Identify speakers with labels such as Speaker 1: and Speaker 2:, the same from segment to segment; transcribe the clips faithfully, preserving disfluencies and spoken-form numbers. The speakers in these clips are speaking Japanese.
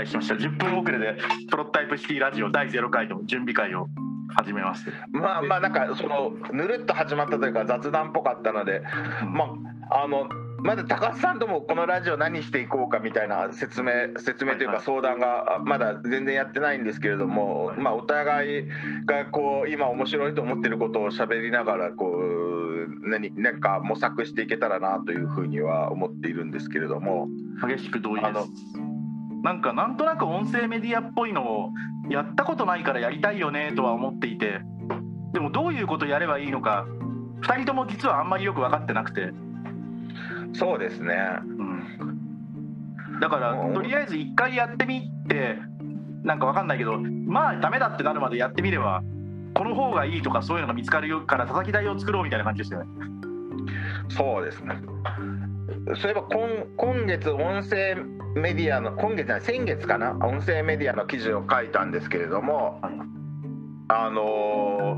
Speaker 1: しました。じゅっぷん遅れでトロッタイプシティラジオだいゼロかいの準備会を始めます。
Speaker 2: まあまあなんかそのぬるっと始まったというか雑談っぽかったので、まああのまだ高須さんともこのラジオ何していこうかみたいな説明説明というか相談がまだ全然やってないんですけれども、まあお互いがこう今面白いと思ってることを喋りながらこう何なんか模索していけたらなというふうには思っているんですけれども。
Speaker 1: 激しく同意です。なんかなんとなく音声メディアっぽいのをやったことないからやりたいよねとは思っていて、でもどういうことやればいいのかふたりとも実はあんまりよく分かってなくて。
Speaker 2: そうですね、
Speaker 1: うん、だからとりあえず一回やってみてなんか分かんないけど、まあダメだってなるまでやってみればこの方がいいとかそういうのが見つかるから叩き台を作ろうみたいな感じですよね。
Speaker 2: そうですね。そういえば 今, 今月音声メディアの今月じゃない先月かな音声メディアの記事を書いたんですけれども、はい、あの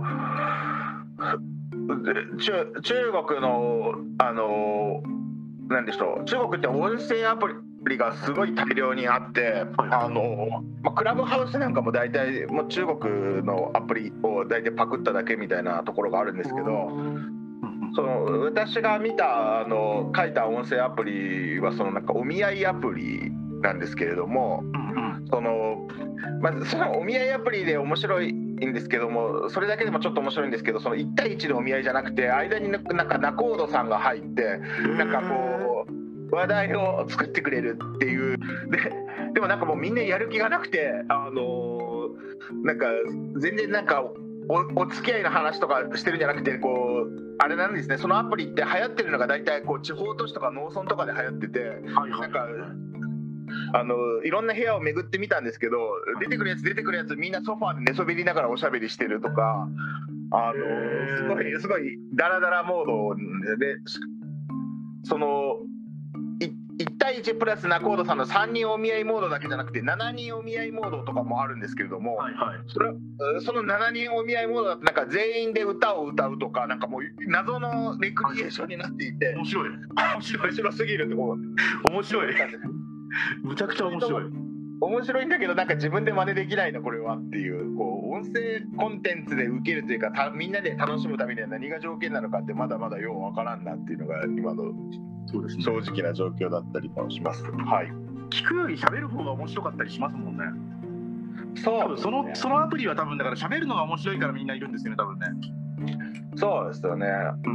Speaker 2: ー、中, 中国のあのーなんでしょう、中国って音声アプリがすごい大量にあって、あの、まあ、クラブハウスなんかも大体もう中国のアプリを大体パクっただけみたいなところがあるんですけど、その私が見たあの書いた音声アプリはそのなんかお見合いアプリなんですけれども、そのまずそのお見合いアプリで面白いんですけども、それだけでもちょっと面白いんですけど、そのいち対いちのお見合いじゃなくて間になんか仲人さんが入ってなんかこう話題を作ってくれるっていう。 で, でもなんかもうみんなやる気がなくて、あのなんか全然なんか お, お付き合いの話とかしてるんじゃなくて、こうあれなんですね、そのアプリって流行ってるのが大体こう地方都市とか農村とかで流行ってて、なんかあのいろんな部屋を巡ってみたんですけど、出てくるやつ出てくるやつみんなソファーで寝そべりながらおしゃべりしてるとか、あのすごいすごいダラダラモードで、そのいち対いちプラス仲人さんのさんにんお見合いモードだけじゃなくてしちにんお見合いモードとかもあるんですけれども、はいはい、それそのしちにんお見合いモードだとなんか全員で歌を歌うとか、なんかもう謎のレクリエーションになっていて、
Speaker 1: 面白い
Speaker 2: 面白い面白すぎるってこ
Speaker 1: う面白いむちゃくちゃ面白い
Speaker 2: 面白いんだけど、なんか自分で真似できないなこれはっていう、こう音声コンテンツで受けるというかたみんなで楽しむためには何が条件なのかってまだまだようわからんなっていうのが今の正直な状況だったりもします。はい。
Speaker 1: 聞くより喋る方が面白かったりしますもんね。
Speaker 2: そう、
Speaker 1: 多分そのそのアプリは多分だから喋るのが面白いからみんないるんですよね、多分ね。
Speaker 2: そうですよね。うん。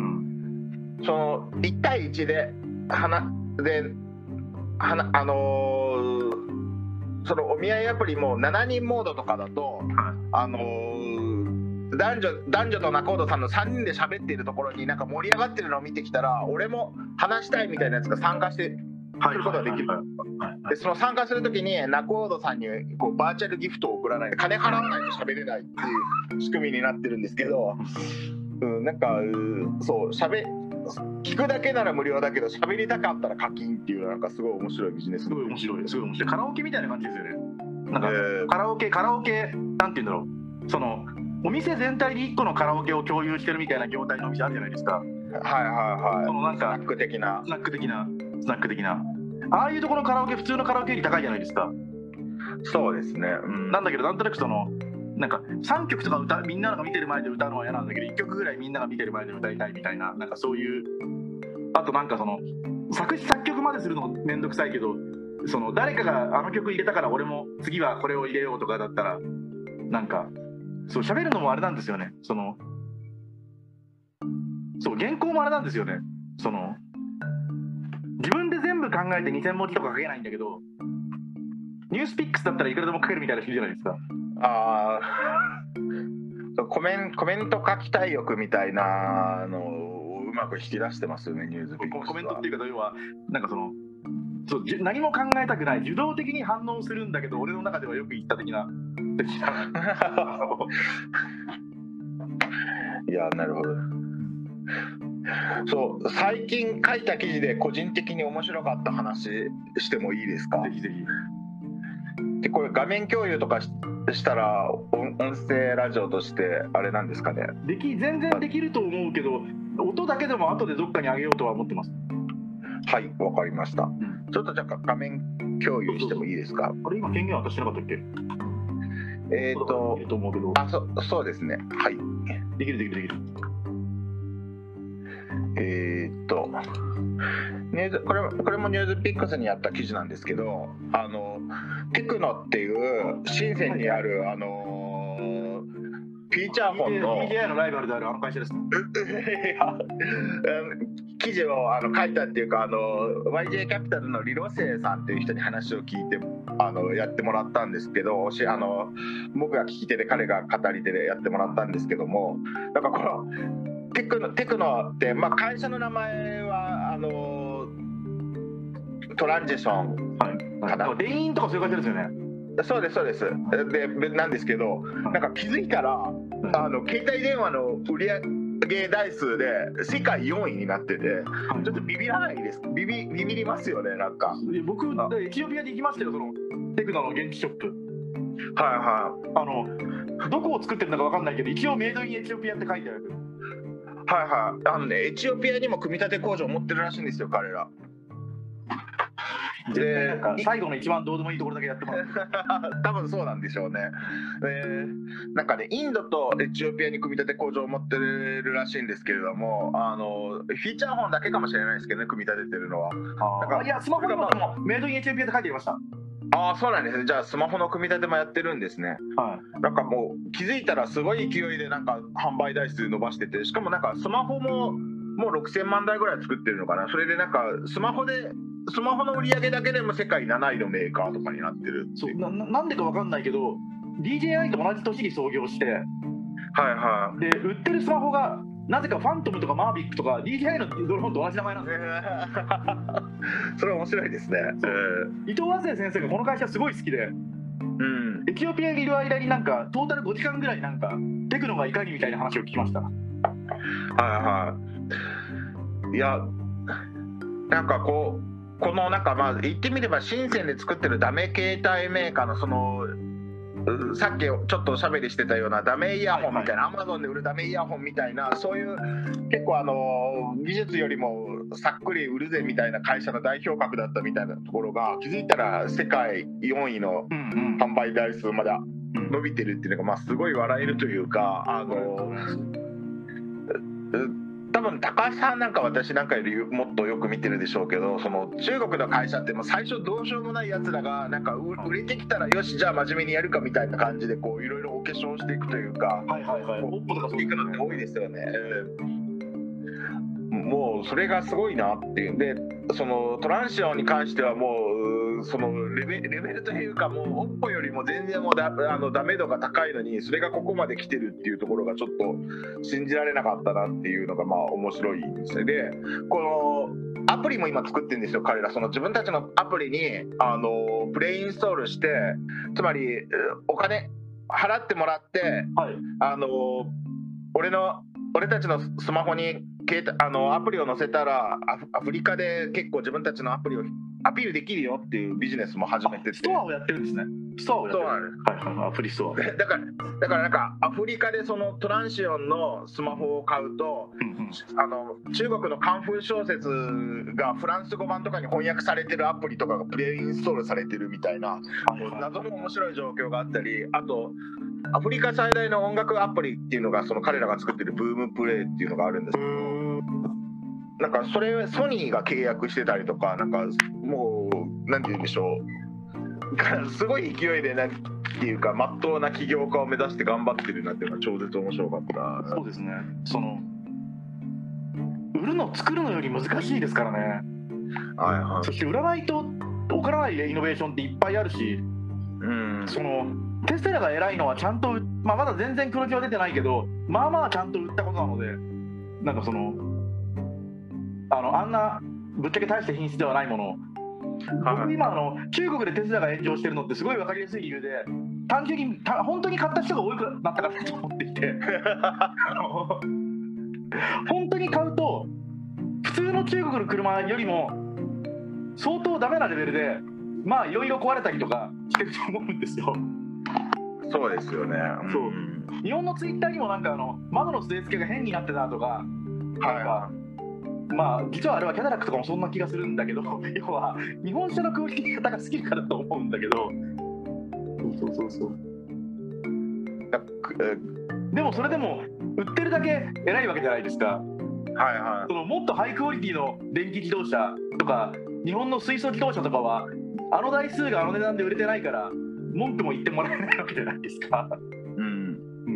Speaker 2: そのいち対いちで話で話あのー、そのお見合いアプリもしちにんモードとかだと、はい、あのー、男女男女と仲人さんのさんにんで喋っているところになんか盛り上がってるのを見てきたら、俺も話したいみたいなやつが参加してすることができる。でその参加するときに仲人さんにこうバーチャルギフトを送らないで金払わないと喋れないっていう仕組みになってるんですけど、うん、なんかそう喋聞くだけなら無料だけど喋りたかったら課金っていう、なんかすごい面白いビジネス。
Speaker 1: すごい面白い、すごい面白い。カラオケみたいな感じですよね。なんか、えー、カラオケカラオケなんていうんだろう、そのお店全体でいっこのカラオケを共有してるみたいな業態のお店あるじゃないですか。はい
Speaker 2: はいはい。
Speaker 1: そのなんか
Speaker 2: スナック的な
Speaker 1: スナック的なスナック的なああいうところのカラオケ普通のカラオケより高いじゃないですか。
Speaker 2: そうですね、うん、
Speaker 1: なんだけどなんとなくそのなんかさんきょくとか歌みんなが見てる前で歌うのは嫌なんだけどいっきょくぐらいみんなが見てる前で歌いたいみたいな、なんかそういう、あとなんかその作詞作曲までするのめんどくさいけど、その誰かがあの曲入れたから俺も次はこれを入れようとかだったらなんかそう喋るのもあれなんですよね。そのそう原稿もあれなんですよね。その自分で全部考えてにせんもじとか書けないんだけど、ニュースピックスだったらいくらでも書けるみたいな人いるじゃないですか。
Speaker 2: ああ、コメンコメント書きたい欲みたいなのをうまく引き出してますよね、ニュースピックスは。
Speaker 1: コメントっていうか要はなんかそのそう何も考えたくない、受動的に反応するんだけど俺の中ではよく言った的な。
Speaker 2: いやなるほど。そう最近書いた記事で個人的に面白かった話してもいいですか？
Speaker 1: ぜひぜひ。
Speaker 2: でこれ画面共有とか し, したら音声ラジオとしてあれなんですかね？
Speaker 1: でき全然できると思うけど音だけでも後でどっかに上げようとは思ってます。
Speaker 2: はい、わかりました、うん、ちょっとじゃあ画面共有してもいいですか？
Speaker 1: これ今権限渡してなかったっけ？
Speaker 2: えっと
Speaker 1: と思うけど、
Speaker 2: あ、そそうですね、はい、
Speaker 1: できるできるできる。
Speaker 2: えー、っとニューズこれこれもニュースピックスにあった記事なんですけど、あのテクノっていう深センにある、はい、あのフィーチャーフォンの
Speaker 1: ディージェーアイ のライバルであるあの会社ですね。
Speaker 2: 記事をあの書いたっていうか、あの ワイジェー キャピタルの李路生さんっていう人に話を聞いてあのやってもらったんですけど、あの僕が聞き手で彼が語り手でやってもらったんですけども、なんかこのテクノ、テクノって、まあ、会社の名前はあのトランジションかな、
Speaker 1: レインとかそういう感じですよね。
Speaker 2: そうですそうです。でなんですけど、なんか気づいたら、あの携帯電話の売り上げ台数で世界よんいになってて、ちょっとビビらないです？ビビビビりますよね、なんか。
Speaker 1: 僕エチオピアに行きましたよ、そのテクノの現地ショップ。
Speaker 2: はいはい。
Speaker 1: あのどこを作ってるのかわかんないけど、一応メイドインエチオピアって書いてある。
Speaker 2: はいはい。あのね、エチオピアにも組み立て工場を持ってるらしいんですよ、彼ら。
Speaker 1: で、なんか最後の一番どうでもいいところだけやってもらう。
Speaker 2: 多分そうなんでしょうね。で、なんかね、インドとエチオピアに組み立て工場を持ってるらしいんですけれども、あのフィーチャーフォンだけかもしれないですけどね、組み立ててるのは。
Speaker 1: あなんかいや、スマホにもメイドインエチオピアって書いてありました。
Speaker 2: ああ、そうなんですね。じゃあスマホの組み立てもやってるんですね。
Speaker 1: はい。
Speaker 2: なんかもう気づいたらすごい勢いでなんか販売台数伸ばしてて、しかもなんかスマホももうろくせんまんだいぐらい作ってるのかな。それでなんかスマホでスマホの売り上げだけでも世界なないのメーカーとかになってるっていう。
Speaker 1: そう な, なんでかわかんないけど ディージェーアイ と同じ年に創業して、はい
Speaker 2: はい、
Speaker 1: で売ってるスマホがなぜかファントムとかマービックとか ディージェーアイ のドローンと同じ名前なんですよ。
Speaker 2: それは面白いですね。
Speaker 1: 伊藤和生先生がこの会社すごい好きで、うん、エチオピアにいる間になんかトータルごじかんぐらいなんかテクノがいかにみたいな話を聞きました。はい
Speaker 2: はい。いやなんかこうこのなんかまあ言ってみれば深センで作ってるダメ携帯メーカーのそのさっきちょっとおしゃべりしてたようなダメイヤホンみたいな、アマゾンで売るダメイヤホンみたいな、そういう結構あの技術よりもさっくり売るぜみたいな会社の代表格だったみたいなところが、気づいたら世界よんいの販売台数まで伸びてるっていうのがまあすごい笑えるというか、あの多分高橋さんなんか私なんかよりもっとよく見てるでしょうけど、その中国の会社ってもう最初どうしようもないやつらがなんか売れてきたらよしじゃあ真面目にやるかみたいな感じでこういろいろお化粧していくというか、
Speaker 1: はいはいはい、
Speaker 2: おっぽとかそういうのって多いですよね。もうそれがすごいなっていうんで、そのトランシオンに関してはもうそのレベ、レベルというかもうおっぽよりも全然もうだあのダメ度が高いのに、それがここまで来てるっていうところがちょっと信じられなかったなっていうのがまあ面白いですね。でこのアプリも今作ってるんですよ彼ら。その自分たちのアプリにあのプレインストールして、つまりお金払ってもらって、はい、あの俺の俺たちのスマホにあのアプリを載せたらアフリカで結構自分たちのアプリをアピールできるよっていうビジネスも始めてて、
Speaker 1: ストアをやってるんですね。ストアをやってる。はいはい、アプリストア。
Speaker 2: だからだからなんかアフリカでそのトランシオンのスマホを買うと、うんうん、あの中国のカンフー小説がフランス語版とかに翻訳されてるアプリとかがプレイインストールされてるみたいな、はいはい、謎の面白い状況があったり、あとアフリカ最大の音楽アプリっていうのがその彼らが作ってるブームプレイっていうのがあるんですけど、なんかそれソニーが契約してたりとか、なんかもうなんて言うんでしょう、すごい勢いでなんていうか真っ当な起業家を目指して頑張ってるなっていうのは超絶面白かった。
Speaker 1: そうですね。その売るの作るのより難しいですからね。はいはい。そして売らないと起こらないイノベーションっていっぱいあるし、うん、そのテスラが偉いのはちゃんと、まあ、まだ全然黒字は出てないけど、まあまあちゃんと売ったことなので、なんかそのあのあんなぶっちゃけ大して品質ではないものを、僕今あの中国でテスラが炎上してるのってすごい分かりやすい理由で、単純にた本当に買った人が多くなったからだと思っていてあの本当に買うと普通の中国の車よりも相当ダメなレベルでまあいろいろ壊れたりとかしてると思うんですよ。
Speaker 2: そうですよね。
Speaker 1: そう、うん、日本のツイッターにもなんかあの窓の据え付けが変になってたとか、なんかまあ実はあれはキャタラックとかもそんな気がするんだけど、要は日本車のクオリティ方が好きからだと思うんだけど、そうそうそうそう。でもそれでも売ってるだけ偉いわけじゃないですか。
Speaker 2: はいはい。
Speaker 1: そのもっとハイクオリティの電気自動車とか日本の水素自動車とかはあの台数があの値段で売れてないから文句も言ってもらえないわけじゃないですか。
Speaker 2: うん。うん。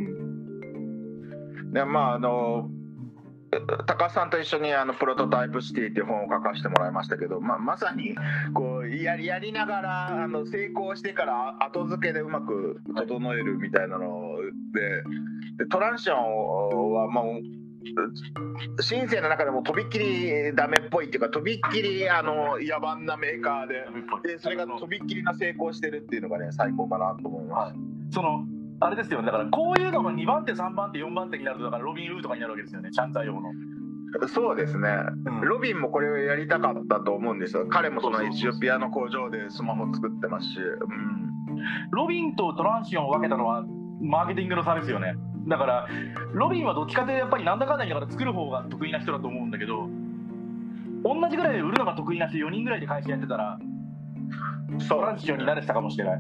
Speaker 2: でまああの高橋さんと一緒にあのプロトタイプシティっていう本を書かせてもらいましたけど、まあ、まさにこうやりやりながらあの成功してから後付けでうまく整えるみたいなので、でトランションはもうシンセの中でもとびっきりダメっぽいっていうか、とびっきりあの野蛮なメーカーで、でそれがとびっきりな成功してるっていうのがね最高かなと思います。はい、
Speaker 1: そのあれですよね、だからこういうののにばん手さんばん手よんばん手になるとだからロビン・ルーとかになるわけですよね、チャンザ用の。
Speaker 2: そうですね、うん、ロビンもこれをやりたかったと思うんですよ。彼もそのエチオピアの工場でスマホ作ってますし、うん、
Speaker 1: ロビンとトランシオンを分けたのはマーケティングの差ですよね。だからロビンはどっちかというとやっぱりなんだかんだ言いながら作る方が得意な人だと思うんだけど、同じぐらいで売るのが得意な人よにんぐらいで会社やってたらトランシオンに慣れてたかもしれない。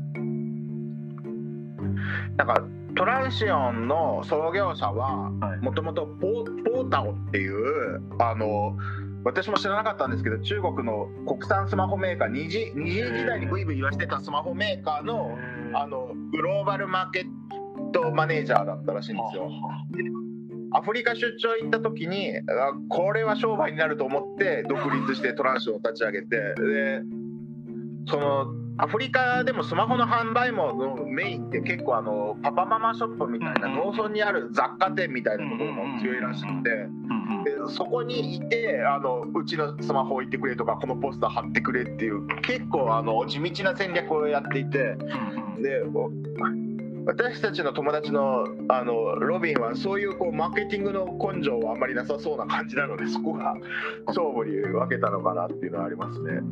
Speaker 2: なんかトランシオンの創業者はもともとポータオっていうあの私も知らなかったんですけど、中国の国産スマホメーカー、二次二次時代にブイブイ言わせてたスマホメーカーのあのグローバルマーケットマネージャーだったらしいんですよ。アフリカ出張行った時にこれは商売になると思って独立してトランシオンを立ち上げて、でそのアフリカでもスマホの販売網のメインって結構あのパパママショップみたいな農村にある雑貨店みたいなところも強いらしくて、でそこにいてあのうちのスマホ置いてくれとかこのポスター貼ってくれっていう結構あの地道な戦略をやっていて、で私たちの友達のあのロビンはそういうこうマーケティングの根性はあんまりなさそうな感じなので、そこが勝負に分けたのかなっていうのはありますね。うん、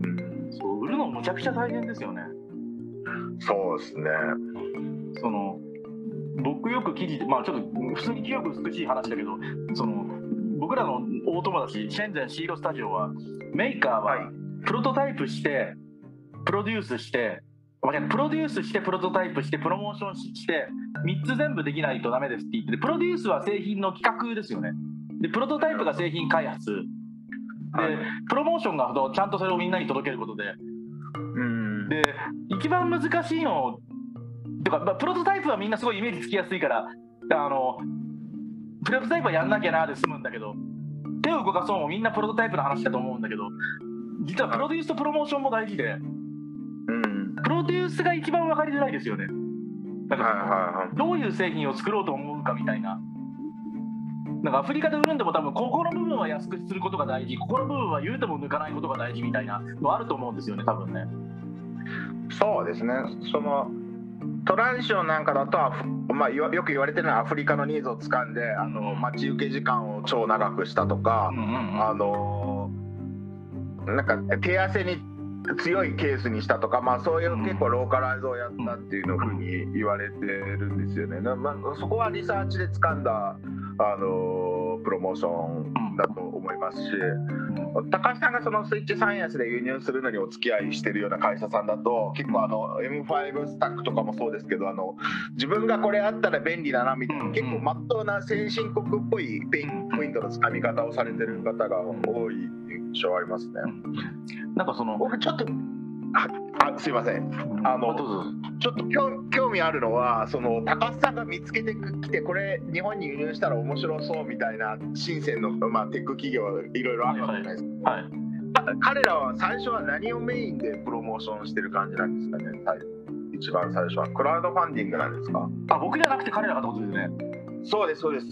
Speaker 1: そう売るのむちゃくちゃ大変ですよね。
Speaker 2: そうですね。
Speaker 1: その僕よく記事で、まあちょっと普通に記憶美しい話だけど、その僕らの大友達シェンゼンシーロスタジオはメーカーはプロトタイプしてプロデュースしてプロデュースしてプロトタイプしてプロモーションしてみっつ全部できないとダメですって言ってて、プロデュースは製品の企画ですよね。でプロトタイプが製品開発で、プロモーションがちゃんとそれをみんなに届けることで、で一番難しいのとか、プロトタイプはみんなすごいイメージつきやすいからあのプロトタイプはやんなきゃなで済むんだけど、手を動かそうもみんなプロトタイプの話だと思うんだけど、実はプロデュースとプロモーションも大事で、プロデュースが一番分かりづらいですよね。だからどういう製品を作ろうと思うかみたいな。なんかアフリカで売るんでも多分ここの部分は安くすることが大事、ここの部分は言うても抜かないことが大事みたいなのあると思うんですよね、多分ね。
Speaker 2: そうですね。そのトランシオンなんかだと、まあ、よく言われてるのはアフリカのニーズをつかんであの待ち受け時間を超長くしたとか、うんうんうん、あのなんか手汗に強いケースにしたとか、まあ、そういう結構ローカライズをやったっていうのふうに言われてるんですよね。まあ、そこはリサーチで掴んだあのプロモーションだと思いますし、高橋さんがそのスイッチサイエンスで輸入するのにお付き合いしてるような会社さんだと結構あの エムファイブ スタックとかもそうですけど、あの自分がこれあったら便利だなみたいな結構まっとうな先進国っぽいペインポイントのつかみ方をされてる方が多い印象ありますね。
Speaker 1: なんかその
Speaker 2: 僕ちょっとあすいません、あのちょっと興味あるのはその高須さんが見つけてきてこれ日本に輸入したら面白そうみたいな深センの、まあ、テック企業いろいろあるわけじゃないですか、はいはい、彼らは最初は何をメインでプロモーションしてる感じなんですかね。一番最初はクラウドファンディングなんですか。
Speaker 1: あ、僕じゃなくて彼らがってことですね。
Speaker 2: そうですそうです。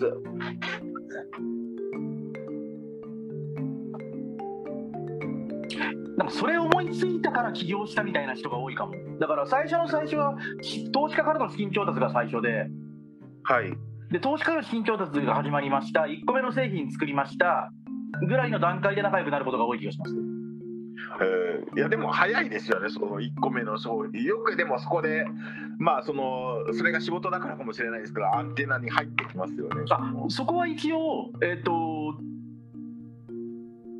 Speaker 1: なんかそれを思いついたから起業したみたいな人が多いかも。だから最初の最初は投資家からの資金調達が最初で、
Speaker 2: はい、で
Speaker 1: 投資家からの資金調達が始まりました、いっこめの製品作りましたぐらいの段階で仲良くなることが多い気がします。
Speaker 2: えー、いやでも早いですよね、そのいっこめの商品。よくでもそこでまあそのそれが仕事だからかもしれないですけどアンテナに入ってきますよね。
Speaker 1: あそこは一応えっ、ー、と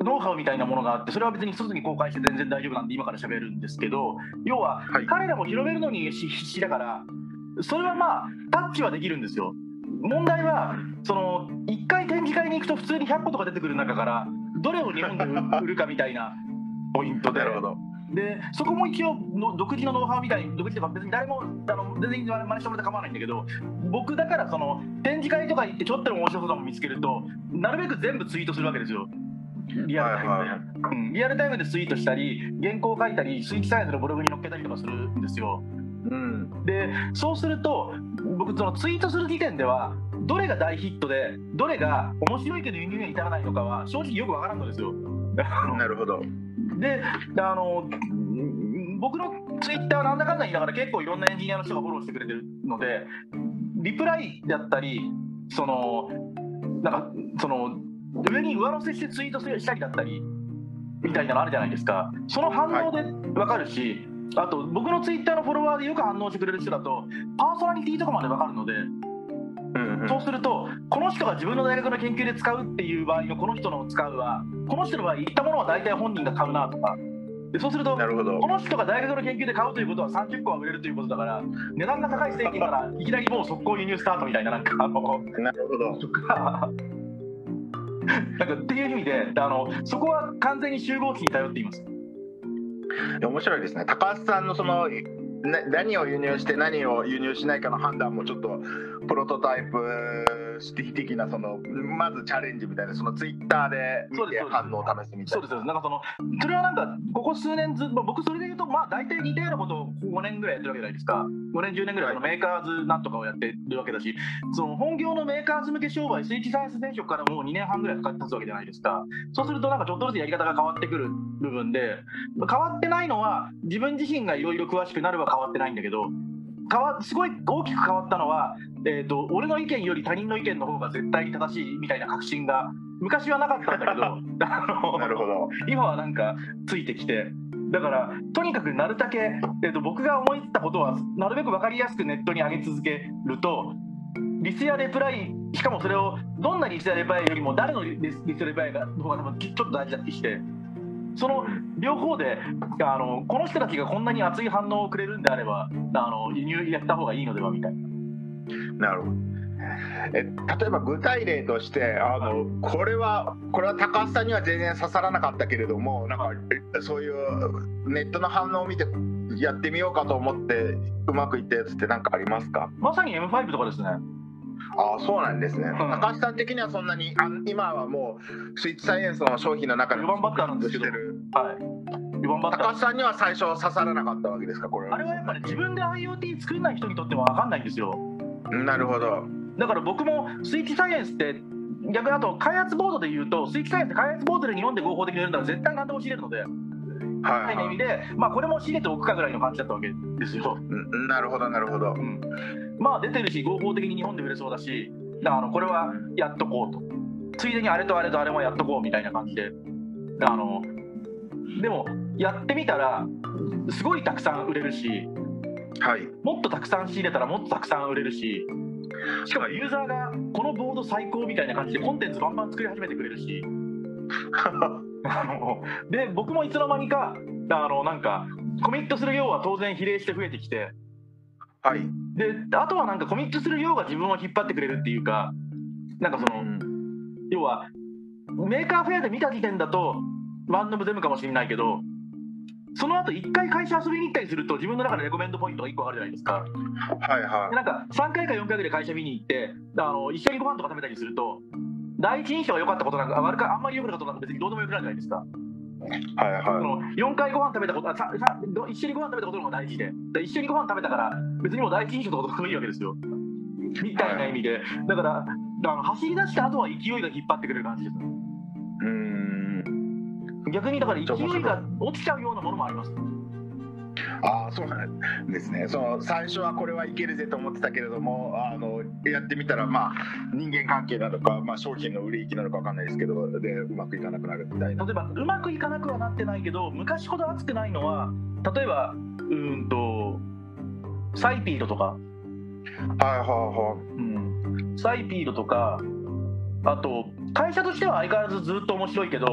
Speaker 1: ノウハウみたいなものがあって、それは別に外に公開して全然大丈夫なんで今から喋るんですけど、要は彼らも広めるのに必死だから、それはまあタッチはできるんですよ。問題はそのいっかい展示会に行くと普通にひゃっことか出てくる中からどれを日本で売るかみたいなポイントで。
Speaker 2: なるほど。
Speaker 1: でそこも一応の独自のノウハウみたいに、独自とか別に誰もあの全然真似してもらって構わないんだけど、僕だからその展示会とか行ってちょっとでも面白そうなのを見つけるとなるべく全部ツイートするわけですよ、リアルタイムで、はいはい、うん、リアルタイムでツイートしたり原稿を書いたりスイッチサイエンスのブログに載っけたりとかするんですよ、うん、でそうすると僕そのツイートする時点ではどれが大ヒットでどれが面白いけど輸入に至らないのかは正直よくわからんのですよ。
Speaker 2: なるほど。
Speaker 1: であの僕のツイッターなんだかんだ言いながら結構いろんなエンジニアの人がフォローしてくれてるので、リプライだったりそのなんかその上に上乗せしてツイートしたりだったりみたいなのあるじゃないですか。その反応で分かるし、はい、あと僕のツイッターのフォロワーでよく反応してくれる人だとパーソナリティとかまで分かるので、うんうん、そうするとこの人が自分の大学の研究で使うっていう場合のこの人の使うはこの人の場合言ったものは大体本人が買うなとか。でそうするとこの人が大学の研究で買うということはさんじゅっこは売れるということだから値段が高い製品からいきなりもう速攻輸入スタートみたいななんかあの
Speaker 2: なるほど
Speaker 1: とかなんかっていう意味であのそこは完全に集合値に頼っています。
Speaker 2: 面白いですね。高橋さんのその何を輸入して何を輸入しないかの判断もちょっとプロトタイプシティ的なそのまずチャレンジみたいなそのツイッターで見て反応を試すみたいな。
Speaker 1: そうですそうです。なんかそのそれはなんかここ数年ずっと僕それで言うとまあ大体似たようなことをごねんぐらいやってるわけじゃないですか。ごねんじゅうねんぐらいのメーカーズなんとかをやってるわけだし、その本業のメーカーズ向け商売スイッチサイエンス転職からもうにねんはんぐらいかかってたわけじゃないですか。そうするとなんかちょっとずつやり方が変わってくる部分で、変わってないのは自分自身がいろいろ詳しくなるは変わってないんだけど、変わすごい大きく変わったのは、えーと、俺の意見より他人の意見の方が絶対正しいみたいな確信が昔はなかったんだけどあの
Speaker 2: なるほど。
Speaker 1: 今はなんかついてきて、だからとにかくなるだけ、えーと、僕が思いつったことはなるべく分かりやすくネットに上げ続けると、リスやレプライ、しかもそれをどんなリスやレプライよりも誰のリスやレプライの方が多分ちょっと大事だってして、その両方であのこの人たちがこんなに熱い反応をくれるんであればあの輸入やった方がいいのではみたいな。
Speaker 2: なるほど。え例えば具体例としてあのこれはこれは高橋さんには全然刺さらなかったけれども、なんかそういうネットの反応を見てやってみようかと思ってうまくいったやつって何かありますか？
Speaker 1: まさに エムファイブ とかですね。
Speaker 2: ああ、そうなんですね、うん、高橋さん的にはそんなにあ今はもうスイッチサイエンスの商品の中で
Speaker 1: よんばんバッターなんですけど、はい、よんばんバッター。
Speaker 2: 高橋さんには最初刺さらなかったわけですか？これは
Speaker 1: あれはやっぱり、ね、自分で IoT 作れない人にとっても分かんないんですよ。
Speaker 2: なるほど。
Speaker 1: だから僕もスイッチサイエンスって逆だと開発ボードで言うとスイッチサイエンスって開発ボードで日本で合法的にやるなら絶対何でも仕入れるので、はいはい、意味で、まあ、これも仕入れておくかぐらいの感じだったわけですよ。
Speaker 2: なるほどなるほど、うん、
Speaker 1: まあ出てるし合法的に日本で売れそうだし、だからあのこれはやっとこうと、ついでにあれとあれとあれもやっとこうみたいな感じで、あのでもやってみたらすごいたくさん売れるし、はい、もっとたくさん仕入れたらもっとたくさん売れるし、しかもユーザーがこのボード最高みたいな感じでコンテンツバンバン作り始めてくれるしあので僕もいつの間にかあのなんかコミットする量は当然比例して増えてきて、はい、であとはなんかコミットする量が自分を引っ張ってくれるっていうか、なんかその、うん、要はメーカーフェアで見た時点だとワンノブ全部かもしれないけど、その後一回会社遊びに行ったりすると自分の中でレコメンドポイントがいっこあるじゃないですか。はいはい。なんかさんかいかよんかいぐらい会社見に行ってあの一緒にご飯とか食べたりすると第一印象が良かったことなんか悪かあんまり良くなかったことなんか別にどうでもよくなるじゃないですか。はいはい。そのよんかいご飯食べたことあささ一緒にご飯食べたことの方が大事で、で一緒にご飯食べたから別にもう第一印象とかどうでもいいわけですよ。みたいな意味で、だからあの走り出した後は勢いが引っ張ってくれる感じです。うーん。逆にだから勢いが落ちちゃうようなものもあります。
Speaker 2: ああ、そうなんですね。その最初はこれはいけるぜと思ってたけれども、あのやってみたらまあ人間関係なのか、まあ、商品の売れ行きなのか分かんないですけど、でうまくいかなくなるみたいな。
Speaker 1: 例えばうまくいかなくはなってないけど昔ほど熱くないのは、例えばうーんとサイピードとか、はい
Speaker 2: はいはい、
Speaker 1: うん、サイピードとか、あと会社としては相変わらずずっと面白いけど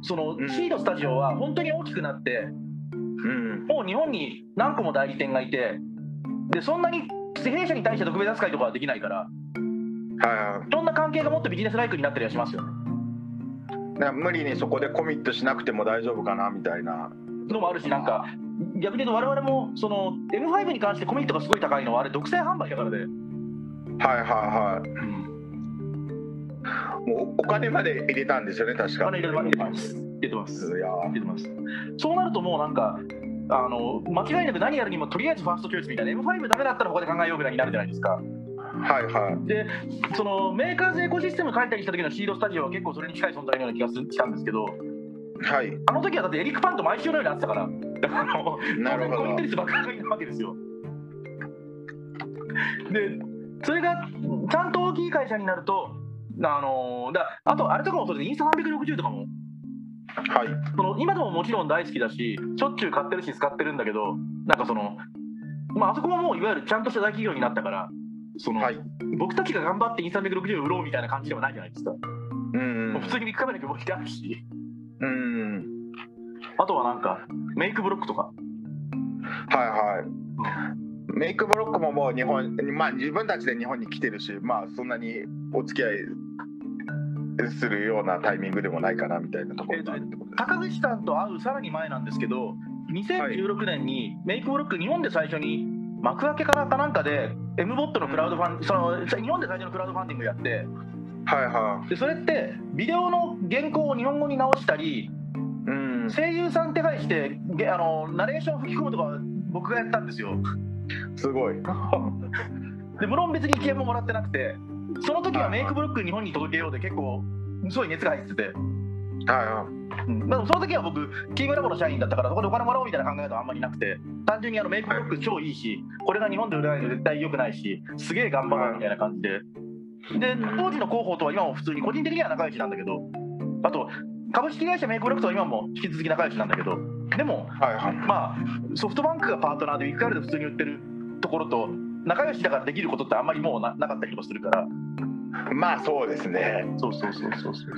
Speaker 1: その
Speaker 2: うん
Speaker 1: シードスタジオは本当に大きくなって、
Speaker 2: うん、
Speaker 1: もう日本に何個も代理店がいて、でそんなに弊社に対して特別扱いとかはできないから、
Speaker 2: はいはい、
Speaker 1: そんな関係がもっとビジネスライクになったりはしますよね。
Speaker 2: だから無理にそこでコミットしなくても大丈夫かなみたいな
Speaker 1: のもあるし、なんか逆に言うと我々もその エムファイブ に関してコミットがすごい高いのはあれ独占販売だからで、
Speaker 2: はいはいはい、うん、もうお金まで入れたんですよね、確か。
Speaker 1: お金入れてます入れてます
Speaker 2: いや
Speaker 1: 入れてます。そうなるともうなんかあの間違いなく何やるにもとりあえずファーストチョイスみたいな、 エムファイブ ダメだったら他で考えようぐらいになるじゃないですか。
Speaker 2: はいはい。
Speaker 1: でそのメーカーズエコシステム書いたりした時のシードスタジオは結構それに近い存在のような気がしたんですけど、
Speaker 2: はい、
Speaker 1: あの時はだってエリック・パンと毎週のようになってたから、あの
Speaker 2: なるほど、
Speaker 1: コミット率爆上がりなわけですよ。でそれがちゃんと大きい会社になると、あのだあとあれとかもそうです、インスタさんびゃくろくじゅうとかも、
Speaker 2: はい、
Speaker 1: その今でももちろん大好きだししょっちゅう買ってるし使ってるんだけど、なんかその、まあ、あそこももういわゆるちゃんとした大企業になったから、その、はい、僕たちが頑張ってインスタさんびゃくろくじゅう売ろうみたいな感じではないじゃないですか。うん、もう普通にビッグカメラにも置いてあるし、うん、あとはなんかメイクブロックとか、
Speaker 2: はいはい、うん、メイクブロックももう日本、まあ、自分たちで日本に来てるし、まあ、そんなにお付き合いするようなタイミングでもないかなみたいなところがあるってことです。
Speaker 1: 高口さんと会うさらに前なんですけど、にせんじゅうろくねんにメイクブロック日本で最初に幕開けからかなんかで エムボットのクラウドファン、その日本で最初のクラウドファンディングやって、
Speaker 2: はいはい、
Speaker 1: でそれってビデオの原稿を日本語に直したり、うん、声優さん手配してあのナレーション吹き込むとか僕がやったんですよ。
Speaker 2: すごい
Speaker 1: で無論別にいちえんももらってなくて、その時はメイクブロック日本に届けようで結構すごい熱が入ってて、はいはい、うん、でもその時は僕キームラボの社員だったからそこでお金もらおうみたいな考えはあんまりなくて、単純にあのメイクブロック超いいし、これが日本で売れないと絶対良くないしすげえ頑張ろうみたいな感じで、で当時の広報とは今も普通に個人的には仲良しなんだけど、あと株式会社メイクブロックとは今も引き続き仲良しなんだけど、でも、はいはい、まあソフトバンクがパートナーでウィッグアールで普通に売ってるところと仲良しだからできることってあんまりもう な, なかったりとかするから、
Speaker 2: まあそうですね。
Speaker 1: そうそうそうそうそう。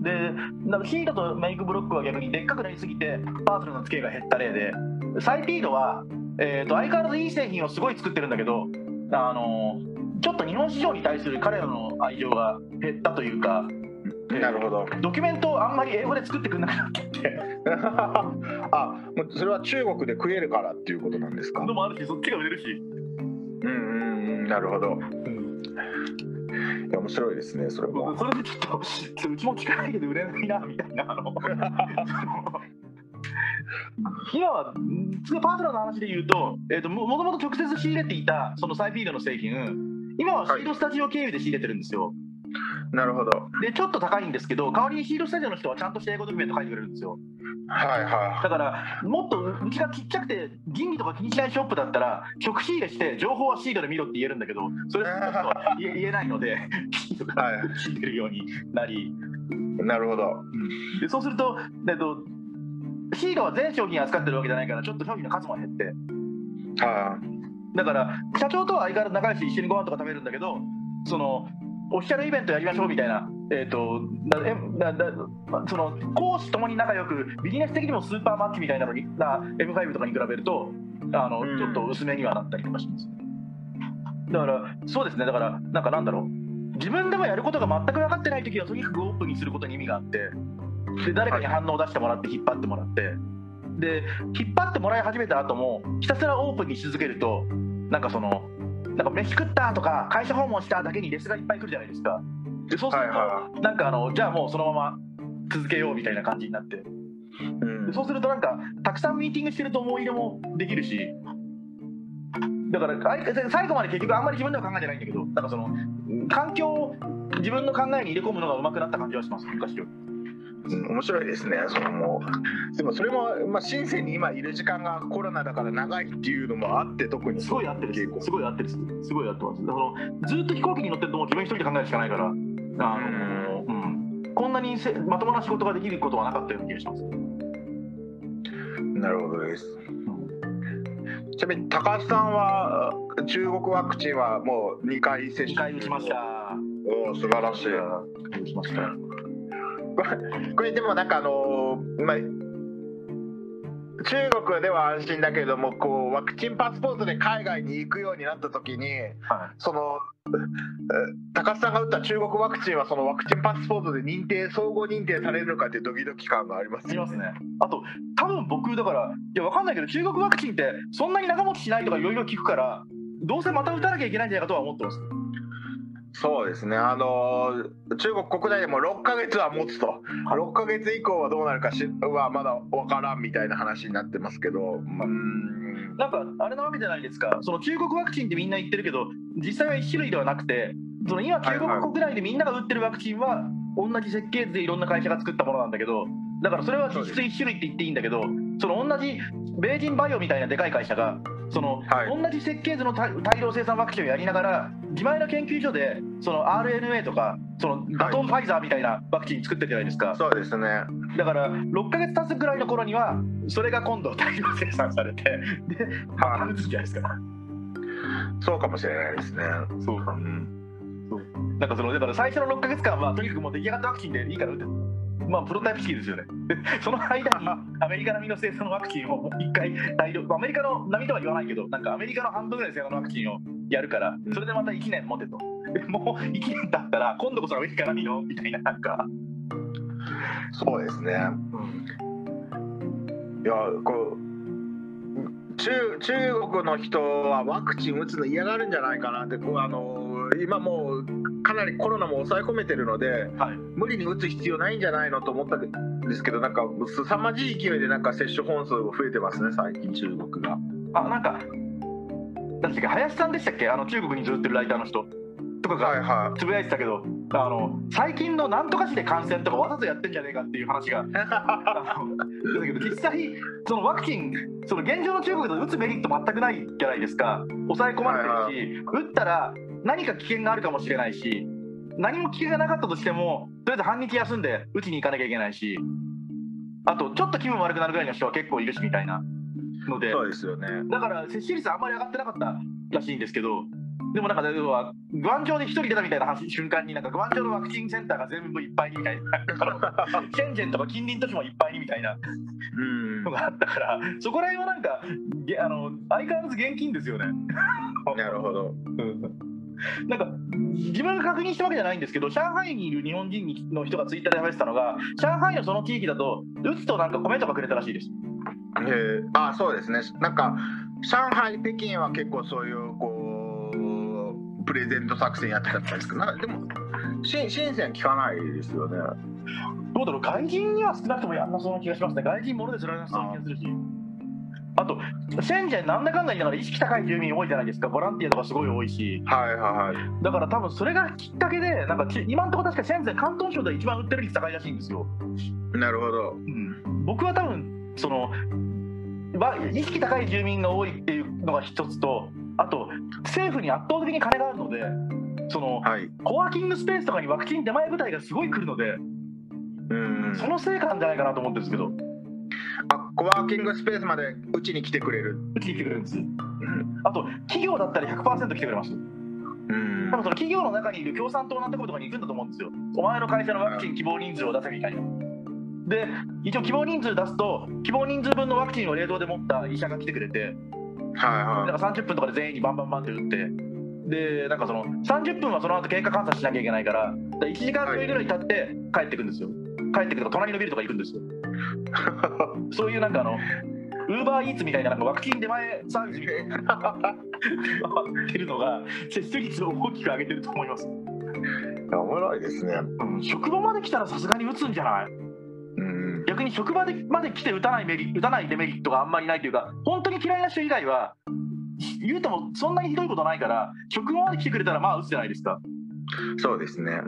Speaker 1: で、なんかシードとメイクブロックは逆にでっかくなりすぎてパートナーの付けが減った例で、サイピードは、えー、と相変わらずいい製品をすごい作ってるんだけど、あのー、ちょっと日本市場に対する彼らの愛情が減ったというか、
Speaker 2: なるほど、
Speaker 1: ドキュメントをあんまり英語で作ってくれなくなってて
Speaker 2: あ、もうそれは中国で食えるからっていうことなんですか。
Speaker 1: のもあるし、そっちが売れるし、
Speaker 2: うんうんうん、なるほど、うん、いや面白いですね、それも。
Speaker 1: それでちょっとうちも聞かないけど売れないなみたいな、あの今は次パートナーの話で言うと、えーと、もともと直接仕入れていたそのサイピードの製品、今はシードスタジオ経由で仕入れてるんですよ。
Speaker 2: なるほど。
Speaker 1: でちょっと高いんですけど、代わりにシードスタジオの人はちゃんとした英語ドキュメント書いてくれるんですよ。
Speaker 2: はいはい。
Speaker 1: だからもっとうちがちっちゃくて吟味とか気にしないショップだったら直仕入れして情報はシードで見ろって言えるんだけど、それは言えないのでシードから仕入れるようになり、
Speaker 2: なるほど。
Speaker 1: でそうすると、えっと、シードは全商品扱ってるわけじゃないからちょっと商品の数も減って、
Speaker 2: は
Speaker 1: だから社長とは相変わらず仲良し一緒にご飯とか食べるんだけど、そのオフィシャルイベントやりましょうみたいな、えーとだだだその講師ともに仲良くビジネス的にもスーパーマッチみたいなのにな エムファイブ とかに比べるとあの、うん、ちょっと薄めにはなったりとかします。だからそうですね、だからなんかなんだろう、自分でもやることが全く分かってない時はとにかくオープンにすることに意味があって、で誰かに反応を出してもらって引っ張ってもらって、で引っ張ってもらい始めた後もひたすらオープンにし続けると、なんかそのなんか飯食ったとか会社訪問しただけにレスがいっぱい来るじゃないですか。でそうすると、はいはい、なんかあのじゃあもうそのまま続けようみたいな感じになって、うん、でそうするとなんかたくさんミーティングしてると思い入れもできるし、だから最後まで結局あんまり自分では考えてないんだけど、なんかその環境を自分の考えに入れ込むのが上手くなった感じはします、昔より。
Speaker 2: うん、面白いですね。そのもうでもそれも、まあ、深センに今いる時間がコロナだから長いっていうのもあって、特に
Speaker 1: すごい合ってるすごい合ってるすごい合ってます。だからずっと飛行機に乗ってるともう自分一人で考えるしかないから、あの、うん、こんなにせまともな仕事ができることはなかったような気がします。
Speaker 2: なるほどです。ちなみに高橋さんは中国ワクチンはもうにかい接種にかい
Speaker 1: 打ちました。
Speaker 2: お素晴らしい。
Speaker 1: 打ちました。
Speaker 2: これでもなんかあののまあ中国では安心だけれども、こうワクチンパスポートで海外に行くようになった時に、はい、その高須さんが打った中国ワクチンはそのワクチンパスポートで認定総合認定されるのかっていうドキドキ感がありますよね。
Speaker 1: ありますね。あと多分僕だからいや分かんないけど、中国ワクチンってそんなに長持ちしないとかいろいろ聞くから、どうせまた打たなきゃいけないんじゃないかとは思ってます。
Speaker 2: そうですね、あの中国国内でもろっかげつは持つと、ろっかげつ以降はどうなるかしはまだ分からんみたいな話になってますけど、うん
Speaker 1: なんかあれなわけじゃないですか、その中国ワクチンってみんな言ってるけど、実際はいち種類ではなくて、その今、中国国内でみんなが打ってるワクチンは、同じ設計図でいろんな会社が作ったものなんだけど、だからそれは実質いち種類って言っていいんだけど、その同じベージンバイオみたいなでかい会社が、その、はい、同じ設計図の大量生産ワクチンをやりながら、自前の研究所でその アールエヌエー とかそのバトンファイザーみたいなワクチン作ってるじゃないですか、はい、
Speaker 2: そうですね。
Speaker 1: だからろっかげつ経つぐらいの頃にはそれが今度大量生産されて、でまた打つじゃないですか。
Speaker 2: そうかもしれないですね。
Speaker 1: そうか、うん、そうなんかそのだから最初のろっかげつかんはとにかくもう出来上がったワクチンでいいから打って、まあプロタイプ式ですよね。その間にアメリカ並みの生産のワクチンをもう一回大量、アメリカの並みとは言わないけど、なんかアメリカの半分ぐらい生産のワクチンをやるから、それでまたいちねん持てと。もういちねん経ったら今度こそアメリカ並みよみたいな、なんか
Speaker 2: そうですね、うん、いやこう 中, 中国の人はワクチン打つの嫌がるんじゃないかなって、こうあの今もうかなりコロナも抑え込めてるので、はい、無理に打つ必要ないんじゃないのと思ったんですけど、なんか凄まじい勢いでなんか接種本数が増えてますね、最近中国が。あ、
Speaker 1: なんか誰でしたっけ、林さんでしたっけ、あの中国にずっと売ってるライターの人とかがつぶやいてたけど、はいはい、あの最近のなんとか市で感染とかわざとやってんじゃねえかっていう話がだけど、実際そのワクチン、その現状の中国で打つメリット全くないじゃないですか。抑え込まれてるし、はいはい、打ったら何か危険があるかもしれないし、何も危険がなかったとしてもとりあえず半日休んで打ちに行かなきゃいけないし、あとちょっと気分悪くなるぐらいの人は結構いるしみたいなので、
Speaker 2: そうですよね。
Speaker 1: だから接種率あんまり上がってなかったらしいんですけど、でもなんか要はグアンジョウで一人出たみたいな瞬間になんかグアンジョウのワクチンセンターが全部いっぱいにみたいなシェンジェンとか近隣都市もいっぱいにみたいなのがあったから、そこら辺はなんかあの相変わらず現金ですよね。
Speaker 2: なるほど。
Speaker 1: なんか自分が確認したわけじゃないんですけど、上海にいる日本人の人がツイッターで話してたのが、上海のその地域だと打つとなんか米とかくれたらしいです。
Speaker 2: へー、あ、そうですね。なんか上海、北京は結構そういうこうプレゼント作戦やってたみたいですけど、でも深セン聞かないですよね。
Speaker 1: どうだろう、外人には少なくともやんなそうな気がしますね。外人ものですらなそうな気がするし、あとシェンジェンなんだかんだ言いながら意識高い住民多いじゃないですか。ボランティアとかすごい多いし、
Speaker 2: はいはいはい、
Speaker 1: だから多分それがきっかけで、なんか今のところ確かシェンジェン広東省で一番売ってる率高いらしいんですよ。
Speaker 2: なるほど、
Speaker 1: うん、僕は多分その意識高い住民が多いっていうのが一つと、あと政府に圧倒的に金があるので、その、はい、コワーキングスペースとかにワクチン出前部隊がすごい来るので、うん、その成果なんじゃないかなと思ってるんですけど。
Speaker 2: あ、コワーキングスペースまでうちに来てくれる
Speaker 1: うちに来てくれるんです、うん、あと企業だったら ひゃくパーセント 来てくれます。うん、多分その企業の中にいる共産党なんてことかに行くんだと思うんですよ。お前の会社のワクチン希望人数を出せみたいな。で一応希望人数出すと希望人数分のワクチンを冷凍で持った医者が来てくれて、はいはい、なんかさんじゅっぷんとかで全員にバンバンバンって打って、でなんかそのさんじゅっぷんはその後経過観察しなきゃいけないから、いちじかんちょいぐらい経って帰ってくるんですよ。帰ってくると隣のビルとか行くんですよ。そういうなんかあのウーバーイーツみたいな、なんかワクチン出前サービスみたいな回ってるのが接種率を大きく上げてると思います。
Speaker 2: おもろいですね、
Speaker 1: うん、職場まで来たらさすがに打つんじゃない？うん、逆に職場でまで来て打たないメリ打たないデメリットがあんまりないというか、本当に嫌いな人以外は言うてもそんなにひどいことないから、職場まで来てくれたらまあ打つじゃないですか。
Speaker 2: そうですね、うん、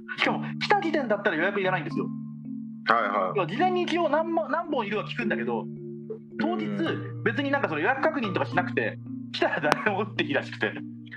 Speaker 1: しかも来た時点だったら予約いらないんですよ。はいはい、事前に一応 何, 何本いるは聞くんだけど、当日別になんかその予約確認とかしなくて来たら誰でも打っていいらしくて、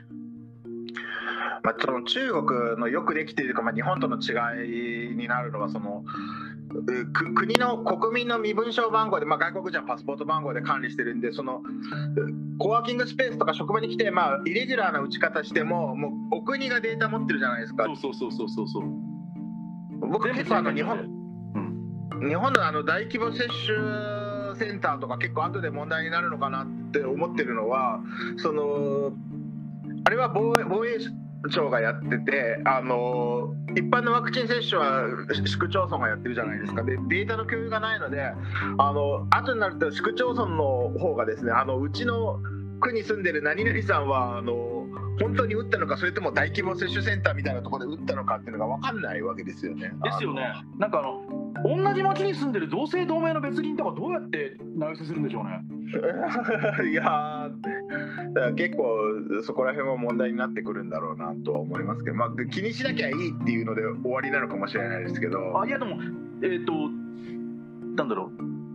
Speaker 2: まあ、その中国のよくできているか、まあ、日本との違いになるのはその国の国民の身分証番号で、まあ、外国人はパスポート番号で管理してるんで、そのコワーキングスペースとか職場に来て、まあ、イレギュラーな打ち方してももうお国がデータ持ってるじゃないですか。
Speaker 1: そうそうそうそうそうそう。
Speaker 2: 僕結構あの日本日本のあの大規模接種センターとか結構後で問題になるのかなって思ってるのは、そのあれは防衛、防衛庁がやってて、あの一般のワクチン接種は市区町村がやってるじゃないですか。でデータの共有がないので、あの後になると市区町村の方がですね、あのうちの区に住んでる何々さんはあの本当に打ったのか、それとも大規模接種センターみたいなところで打ったのかっていうのが分かんないわけですよね。
Speaker 1: ですよね。なんかあの同じ町に住んでる同姓同名の別人とかどうやって内寄せするんでしょうね。
Speaker 2: いやー、だから結構そこら辺は問題になってくるんだろうなとは思いますけど、まあ、気にしなきゃいいっていうので終わりなのかもしれないですけど。
Speaker 1: あ、いやでもえっ、ー、となんだろう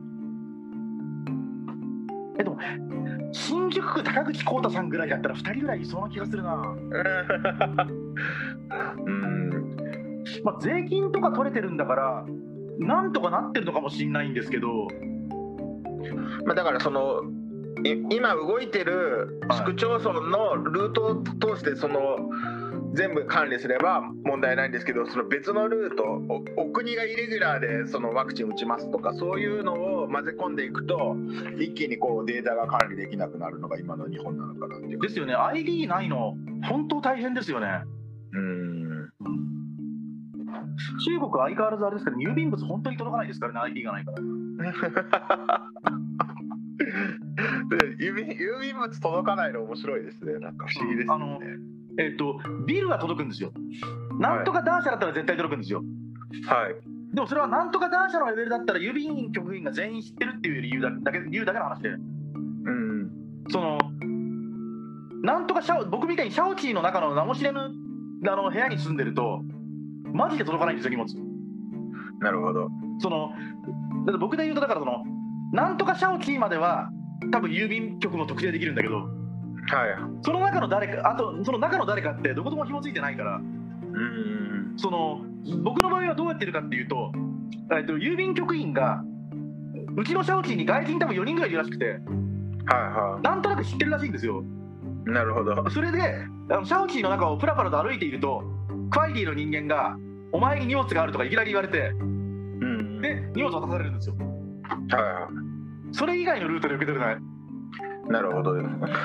Speaker 1: えでも新宿区高口浩太さんぐらいだったらふたりぐらいいそうな気がするな。
Speaker 2: うん、
Speaker 1: まあ、税金とか取れてるんだからなんとかなってるのかもしれないんですけど、
Speaker 2: まあ、だからその今動いてる市区町村のルートを通してその全部管理すれば問題ないんですけど、その別のルート、お国がイレギュラーでそのワクチン打ちますとかそういうのを混ぜ込んでいくと一気にこうデータが管理できなくなるのが今の日本なのかなっていう。
Speaker 1: ですよね。 アイディー ないの本当大変ですよね。
Speaker 2: うーん、
Speaker 1: 中国相変わらずあれですけど郵便物本当に届かないですからね、 アイディー がないから
Speaker 2: 郵便、郵便物届かないの面白いですね。なんか不思議ですね。
Speaker 1: あのえっとビルは届くんですよ。なんとかダーシャだったら絶対届くんですよ。
Speaker 2: はい。
Speaker 1: でもそれはなんとかダーシャのレベルだったら郵便局員が全員知ってるっていう理由だけ、理由だけの話で、
Speaker 2: うん、
Speaker 1: そのなんとかシャオ、僕みたいにシャオチーの中の名も知れぬあの部屋に住んでるとマジで届かないんですよ、荷物。
Speaker 2: なるほど。
Speaker 1: そのだって僕で言うとだからそのなんとかシャオチーまでは多分郵便局も特定できるんだけど、
Speaker 2: はい、
Speaker 1: その中の誰か、あとその中の誰かってどことも紐付いてないから、
Speaker 2: うん、
Speaker 1: その僕の場合はどうやってるかっていうと、えっと郵便局員がうちのシャオチーに外人多分よにんぐらいいるらしくて、
Speaker 2: はいはい、
Speaker 1: なんとなく知ってるらしいんですよ。
Speaker 2: なるほど。
Speaker 1: それであのシャオチーの中をプラプラと歩いているとクワイティの人間がお前に荷物があるとかいきなり言われて、うん、で荷物渡されるんですよ。
Speaker 2: はいはい、
Speaker 1: それ以外のルートで受け取れない。
Speaker 2: なるほど、うん、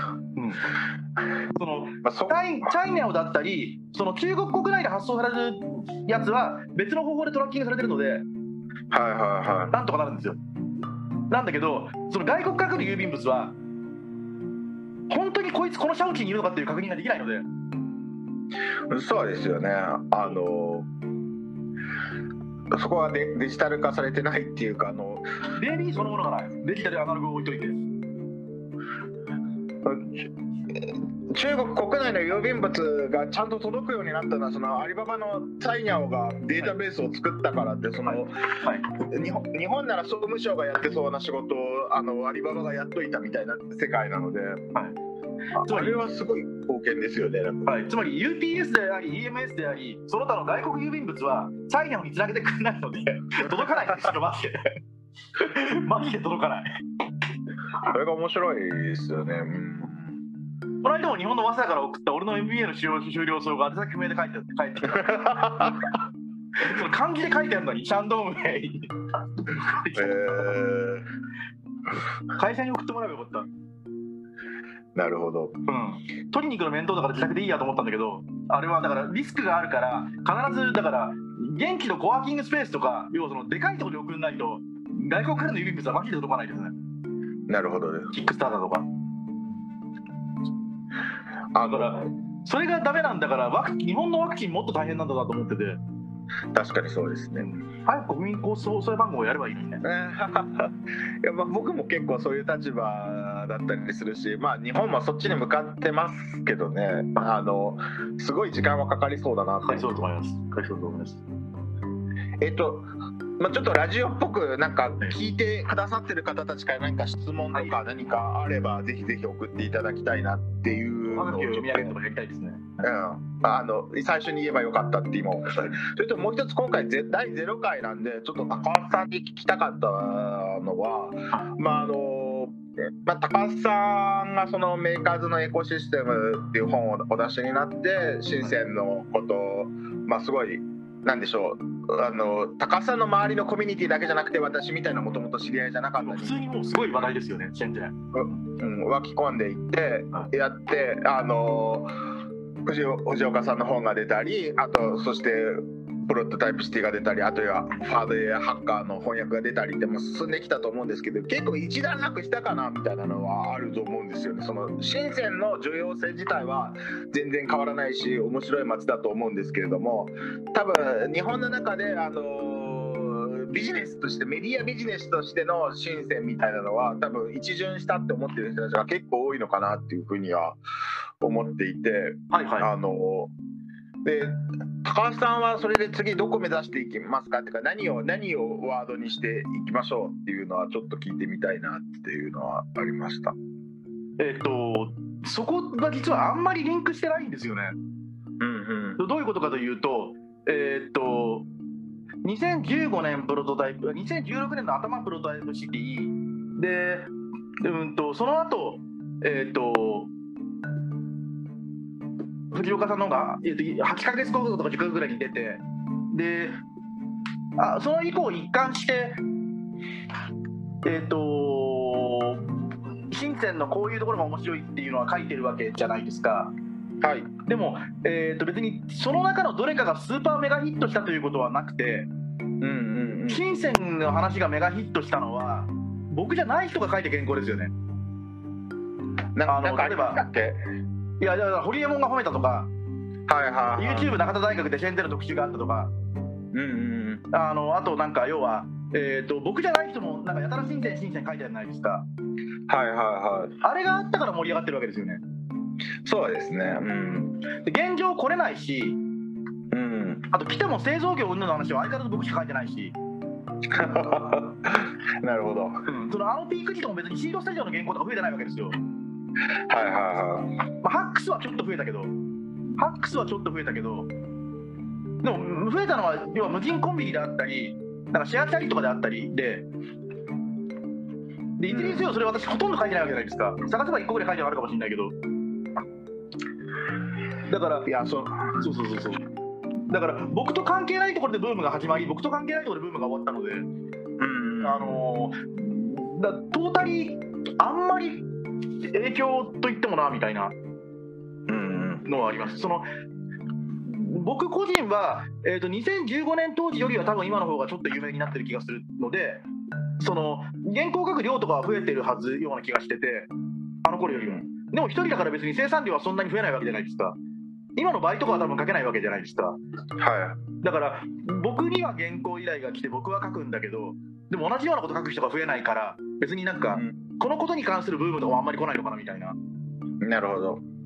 Speaker 1: そのまあ、そチャイ、チャイナオだったりその中国国内で発送されるやつは別の方法でトラッキングされてるので、はい
Speaker 2: はいはい、
Speaker 1: なんとかなるんですよ。なんだけどその外国から来る郵便物は本当にこいつこのシャオチーにいるのかっていう確認ができないので。
Speaker 2: そうですよね。あのそこは デ, デジタル化されてないっていうか、あの
Speaker 1: デイビーそのものがない。デジタルアナログを置いといて、
Speaker 2: 中国国内の郵便物がちゃんと届くようになったのはそのアリババのチャイニャオがデータベースを作ったからって、その、はいはい、日本、日本なら総務省がやってそうな仕事をあのアリババがやっといたみたいな世界なので、はい、あれはすごい貢献ですよね。
Speaker 1: はい、つまり ユーピーエス であり イーエムエス でありその他の外国郵便物はチャイニャオにつなげてくれないので届かないんですよ。マジでマジで届かない。
Speaker 2: それが面白いですよね。うん、
Speaker 1: この間も日本の早稲田から送った俺の エムビーエー の修了証が宛先不明で書いてあって帰ってきたその漢字で書いてあるのにシャンドーム名にえー、会社に送ってもらえばよかった。
Speaker 2: なるほど、
Speaker 1: うん、取りに行くの面倒だから自宅でいいやと思ったんだけど、あれはだからリスクがあるから必ずだから現地のコワーキングスペースとか要はそのでかいところに送らないと外国からの郵便物はマジで届かないですね。
Speaker 2: なるほどね。
Speaker 1: キックスターターとかだからそれがダメなんだからワク日本のワクチンもっと大変なんだなと思ってて。
Speaker 2: 確かにそうですね。
Speaker 1: 早く国民交通総番号をやればいいのにね。い
Speaker 2: や、まあ、僕も結構そういう立場だったりするし、まあ、日本もそっちに向かってますけどね、あのすごい時間はかかりそうだなと。
Speaker 1: かかりそうと思います。かかりそうと思います。
Speaker 2: えっとまあ、ちょっとラジオっぽくなんか聞いてくださってる方たちから何か質問とか何かあればぜひぜひ送っていただきたいなっていうのを
Speaker 1: 読み上げてもやりたいですね。
Speaker 2: うん、あの最初に言えばよかったって今思いました。それともう一つ今回だいゼロかいなんでちょっと高橋さんに聞きたかったのは、まああのまあ、高橋さんがそのメーカーズのエコシステムっていう本をお出しになって深センのことを、まあ、すごいなんでしょうあの高須さんの周りのコミュニティだけじゃなくて、私みたいなもともと知り合いじゃなかったり、
Speaker 1: 普通にもうすごい話題ですよね、シェンジェン。
Speaker 2: うん、湧き込んでいってやって、あの藤藤岡さんの本が出たり、あとそしてプロトタイプシティが出たり、あとはファードウェアハッカーの翻訳が出たりでも進んできたと思うんですけど、結構一段落したかなみたいなのはあると思うんですよね。その深センの重要性自体は全然変わらないし、面白い街だと思うんですけれども、多分日本の中であのビジネスとして、メディアビジネスとしての深センみたいなのは多分一巡したって思ってる人たちが結構多いのかなっていうふうには思っていて、
Speaker 1: はいはい、
Speaker 2: あので高橋さんはそれで次どこ目指していきますかっていうか、何を何をワードにしていきましょうっていうのはちょっと聞いてみたいなっていうのはありました。
Speaker 1: えっとそこが実はあんまりリンクしてないんですよね。
Speaker 2: うんうん、
Speaker 1: どういうことかというと、えっとにせんじゅうごねんプロトタイプ、にせんじゅうろくねんの頭プロトタイプシティで、うんとその後、えっと藤岡さんの方がはちかげつごとかじゅっかげつぐらいに出て、であその以降一貫してえっ、ー、と深センのこういうところが面白いっていうのは書いてるわけじゃないですか。
Speaker 2: はい、
Speaker 1: でも、えー、と別にその中のどれかがスーパーメガヒットしたということはなくて、
Speaker 2: うんうんうん、
Speaker 1: 深センの話がメガヒットしたのは僕じゃない人が書いて原稿ですよね。
Speaker 2: なあの例えば
Speaker 1: いやいやホリエモンが褒めたとか、
Speaker 2: はいはいはい、
Speaker 1: YouTube 中田大学でシェンゼンの特集があったとか、
Speaker 2: うんうんうん、
Speaker 1: あのあとなんか要は、えー、と僕じゃない人もなんかやたら深セン深セン書いてあるじゃないですか。
Speaker 2: はいはいはい、
Speaker 1: あれがあったから盛り上がってるわけですよね。
Speaker 2: そうですね、うん、
Speaker 1: で現状来れないし、うん、あと来ても製造業云々の話は相変わらず僕しか書いてないし
Speaker 2: なるほど、
Speaker 1: うん、そのあのピーク時とも別にシードスタジオの原稿とか増えてないわけですよ。
Speaker 2: はいはいはい、
Speaker 1: まあ、ハックスはちょっと増えたけどハックスはちょっと増えたけどでも増えたのは要は無人コンビニであったりなんかシェアチャリとかであったりででいずれにせよそれ私ほとんど書いてないわけじゃないですか。探せばいっこぐらい書いてあるかもしれないけど、だから
Speaker 2: いやそう
Speaker 1: そうそうそうそうだから僕と関係ないところでブームが始まり僕と関係ないところでブームが終わったので、うん、あのだトータリーあんまり影響と言ってもなみたいなのはあります。その僕個人は、えーと、にせんじゅうごねん当時よりは多分今の方がちょっと有名になってる気がするので、その原稿書く量とかは増えてるはずような気がしてて、あの頃よりも。でも一人だから別に生産量はそんなに増えないわけじゃないですか。今の倍とかは多分書けないわけじゃないですか。はい、だから僕には原稿依頼が来て僕は書くんだけど、でも同じようなこと書く人が増えないから別になんか、うん、このことに関するブームとかはあんまり来ないのかなみたいな。
Speaker 2: なるほど、
Speaker 1: うん、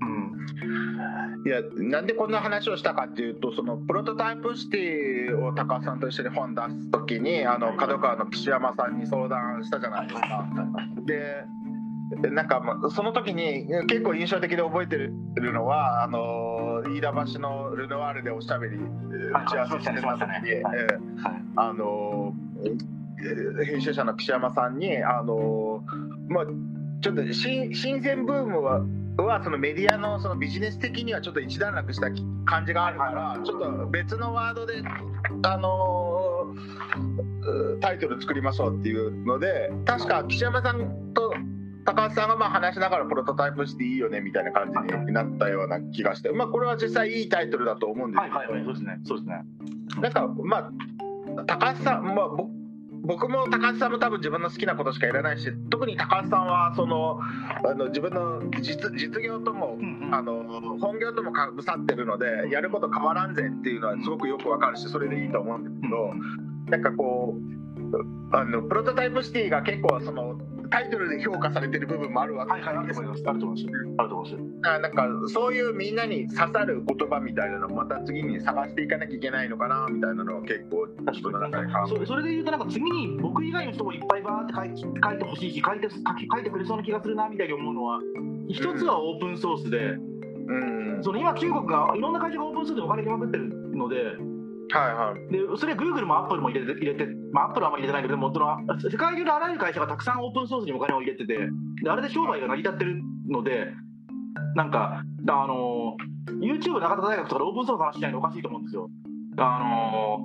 Speaker 2: いやなんでこんな話をしたかっていうと、そのプロトタイプシティを高橋さんと一緒に本出す時にあの角川の岸山さんに相談したじゃないですか。でなんかその時に結構印象的で覚えてるのはあの飯田橋のルノワールでおしゃべり打ち合わせしてた時にあの編集者の岸山さんにあの、まあ、ちょっと新鮮ブームははそのメディアのそのビジネス的にはちょっと一段落した感じがあるからちょっと別のワードであのタイトル作りましょうっていうので、確か岸山さんと高橋さんがまあ話しながらプロトタイプしていいよねみたいな感じになったような気がして、まあこれは実際いいタイトルだと思うんですけど、
Speaker 1: はいはいはい、そうですね、そうですね。
Speaker 2: なんかまあ高橋さん、まあ僕僕も高橋さんも多分自分の好きなことしかやらないし、特に高橋さんはそのあの自分の 実, 実業とも、うんうん、あの本業ともかぶさってるのでやること変わらんぜっていうのはすごくよくわかるし、それでいいと思うんですけど、なんかこうあのプロトタイプシティが結構そのタイトルで評価されてる部分もあるわけですよね。はいはい、あると思います。あると思います。あると思います。あ、なんかそういうみんなに刺さる言葉みたいなのをまた次に探していかなきゃいけないのかなみたいなのを結構自分の中で考えて。それで言うとなんか次に僕以外の人もいっぱいバーって書いて、書いてほしいし書いて、書いてくれそうな気がするなみたいに思うのは、一つはオープンソースで、うん、その今中国がいろんな会社がオープンソースでお金決まってるので。はいはい、でそれは Google も Apple も入れて、入れてまあ、Apple はあんまり入れてないけど、でもその世界中のあらゆる会社がたくさんオープンソースにお金を入れてて、であれで商売が成り立ってるので、なんかあの YouTube 中田大学とかでオープンソースの話しないのおかしいと思うんですよ。あの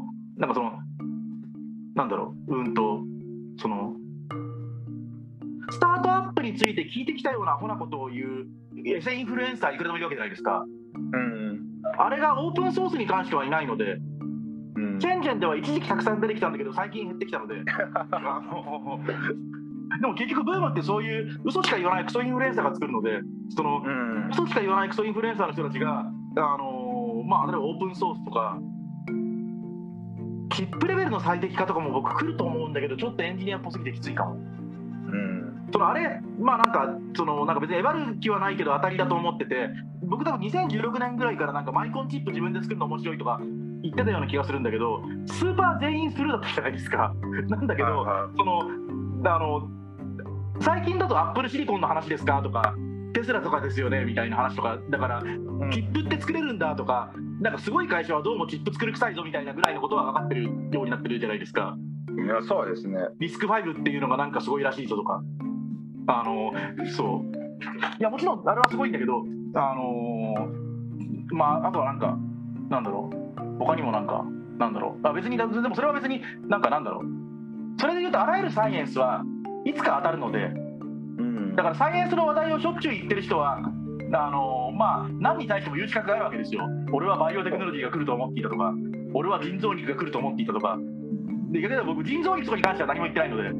Speaker 1: なんかそのなんだろううんとそのスタートアップについて聞いてきたようなアホなことを言うエセインフルエンサーいくらでもいるわけじゃないですか。
Speaker 2: うん、
Speaker 1: あれがオープンソースに関してはいないので、
Speaker 2: うん、
Speaker 1: チェンジェンでは一時期たくさん出てきたんだけど最近減ってきたのであのでも結局ブームってそういう嘘しか言わないクソインフルエンサーが作るので、その、うん、嘘しか言わないクソインフルエンサーの人たちが、あのまあ、例えばオープンソースとかチップレベルの最適化とかも僕来ると思うんだけど、ちょっとエンジニアっぽすぎてきついかも。うん、そのあれまあなんかそのなんか別にえばる気はないけど当たりだと思ってて、僕多分にせんじゅうろくねんぐらいからなんかマイコンチップ自分で作るの面白いとか言ってたような気がするんだけど、スーパー全員スルーだったじゃないですかなんだけど、そのあの最近だとアップルシリコンの話ですかとかテスラとかですよねみたいな話とかだから、うん、チップって作れるんだとか、なんかすごい会社はどうもチップ作る臭いぞみたいなぐらいのことは分かってるようになってるじゃないですか。
Speaker 2: いやそうですね。
Speaker 1: リスクファイブっていうのがなんかすごいらしいぞとか、あのそういやもちろんあれはすごいんだけど、あのー、まああとはなんかなんだろう他にもなんかなんだろうあ別にでもそれは別になんかなんだろうそれで言うとあらゆるサイエンスはいつか当たるので、うん、だからサイエンスの話題をしょっちゅう言ってる人はあのー、まあ何に対しても言う資格があるわけですよ。俺はバイオテクノロジーが来ると思っていたとか、俺は人造肉が来ると思っていたとかで、逆に言うと僕人造肉とかに関しては何も言ってないので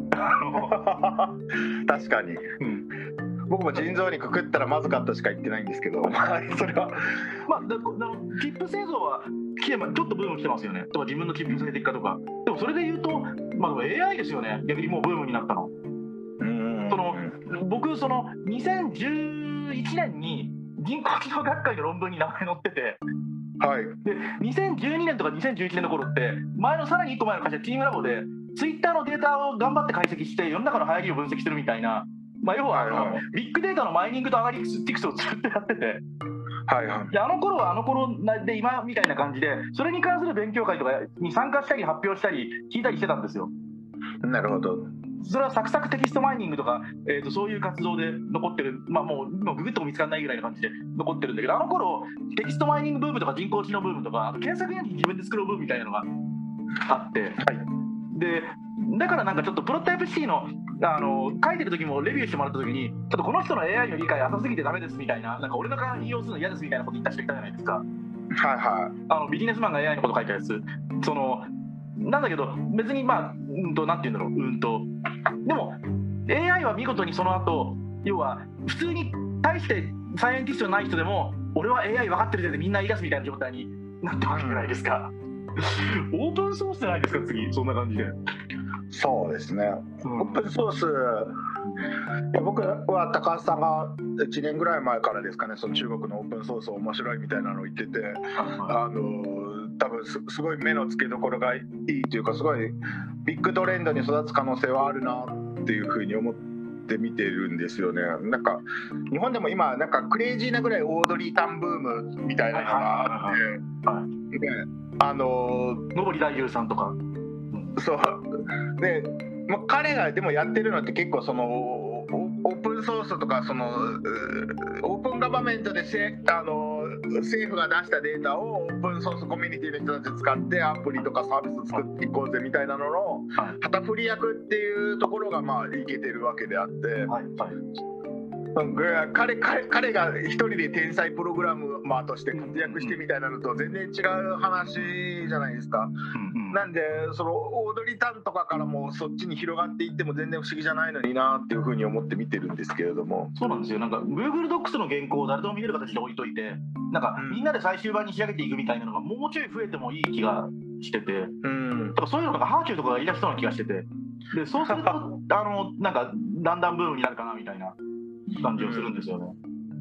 Speaker 2: 確かに、うん、僕も人造肉食ったらまずかったしか言ってないんですけどそれは
Speaker 1: まあだだチップ製造は来てちょっとブーム来てますよねとか自分のチップの最適化とか。でもそれで言うと、まあ、エーアイ ですよね逆にもうブームになったの。うんその僕そのにせんじゅういちねんに人工知能学会の論文に名前載ってて、はい、でにせんじゅうにねんとかにせんじゅういちねんの頃って前のさらにいっこまえの会社チームラボでツイッターのデータを頑張って解析して世の中の流行りを分析するみたいな、まあ、要はあの、はいはい、ビッグデータのマイニングとアナリティクスをずっとやってて、はいはい、であの頃はあの頃で今みたいな感じでそれに関する勉強会とかに参加したり発表したり聞いたりしてたんですよ。
Speaker 2: なるほど。
Speaker 1: それはサクサクテキストマイニングとか、えー、とそういう活動で残ってる、まあ、もうもうググっても見つからないぐらいの感じで残ってるんだけど、あの頃テキストマイニングブームとか人工知能ブームとかあと検索エンジン自分で作るブームみたいなのがあって、はい、でだからなんかちょっとプロトタイプ シー の, あの書いてる時もレビューしてもらった時にちょっとこの人の エーアイ の理解浅すぎてダメですみたいな、なんか俺のから引用するの嫌ですみたいなこと言った人いたじゃないですか。はいはい。あのビジネスマンが エーアイ のこと書いたやつ、そのなんだけど別にまあうんとなんて言うんだろううんとでも エーアイ は見事にその後要は普通に対してサイエンティストじゃない人でも俺は エーアイ 分かってるでみんな言い出すみたいな状態になったわけじゃないですかオープンソースじゃないですか次そんな感じで。
Speaker 2: そうですね、うん、オープンソースいや僕は高橋さんがいちねんぐらい前からですかね、その中国のオープンソース面白いみたいなのを言ってて、あの多分 す, すごい目の付けどころがいいというかすごいビッグトレンドに育つ可能性はあるなっていうふうに思って見てるんですよね。なんか日本でも今なんかクレイジーなぐらいオードリー・タンブームみたいなのがあって、ね、あの
Speaker 1: 野堀大雄さんとか、
Speaker 2: そうで、まあ、彼がでもやってるのって結構そのオープンソースとかそのオープンガバメントでせあの政府が出したデータをオープンソースコミュニティの人たち使ってアプリとかサービス作っていこうぜみたいなのの旗振り役っていうところがまあいけてるわけであって、はいはい彼, 彼, 彼が一人で天才プログラマーとして活躍してみたいなのと全然違う話じゃないですか、うんうん、なんでそのオードリー・タンとかからもそっちに広がっていっても全然不思議じゃないのになっていうふうに思って見てるんですけれども。
Speaker 1: そうなんですよ。なんか Google ドックスの原稿を誰でも見れる形で置いといてなんかみんなで最終版に仕上げていくみたいなのがもうちょい増えてもいい気がしてて、うん、だからそういうのがハーチューとかが言い出しそうな気がしてて、でそうするとあのなんかだんだんブームになるかなみたいな感じをするんですよね。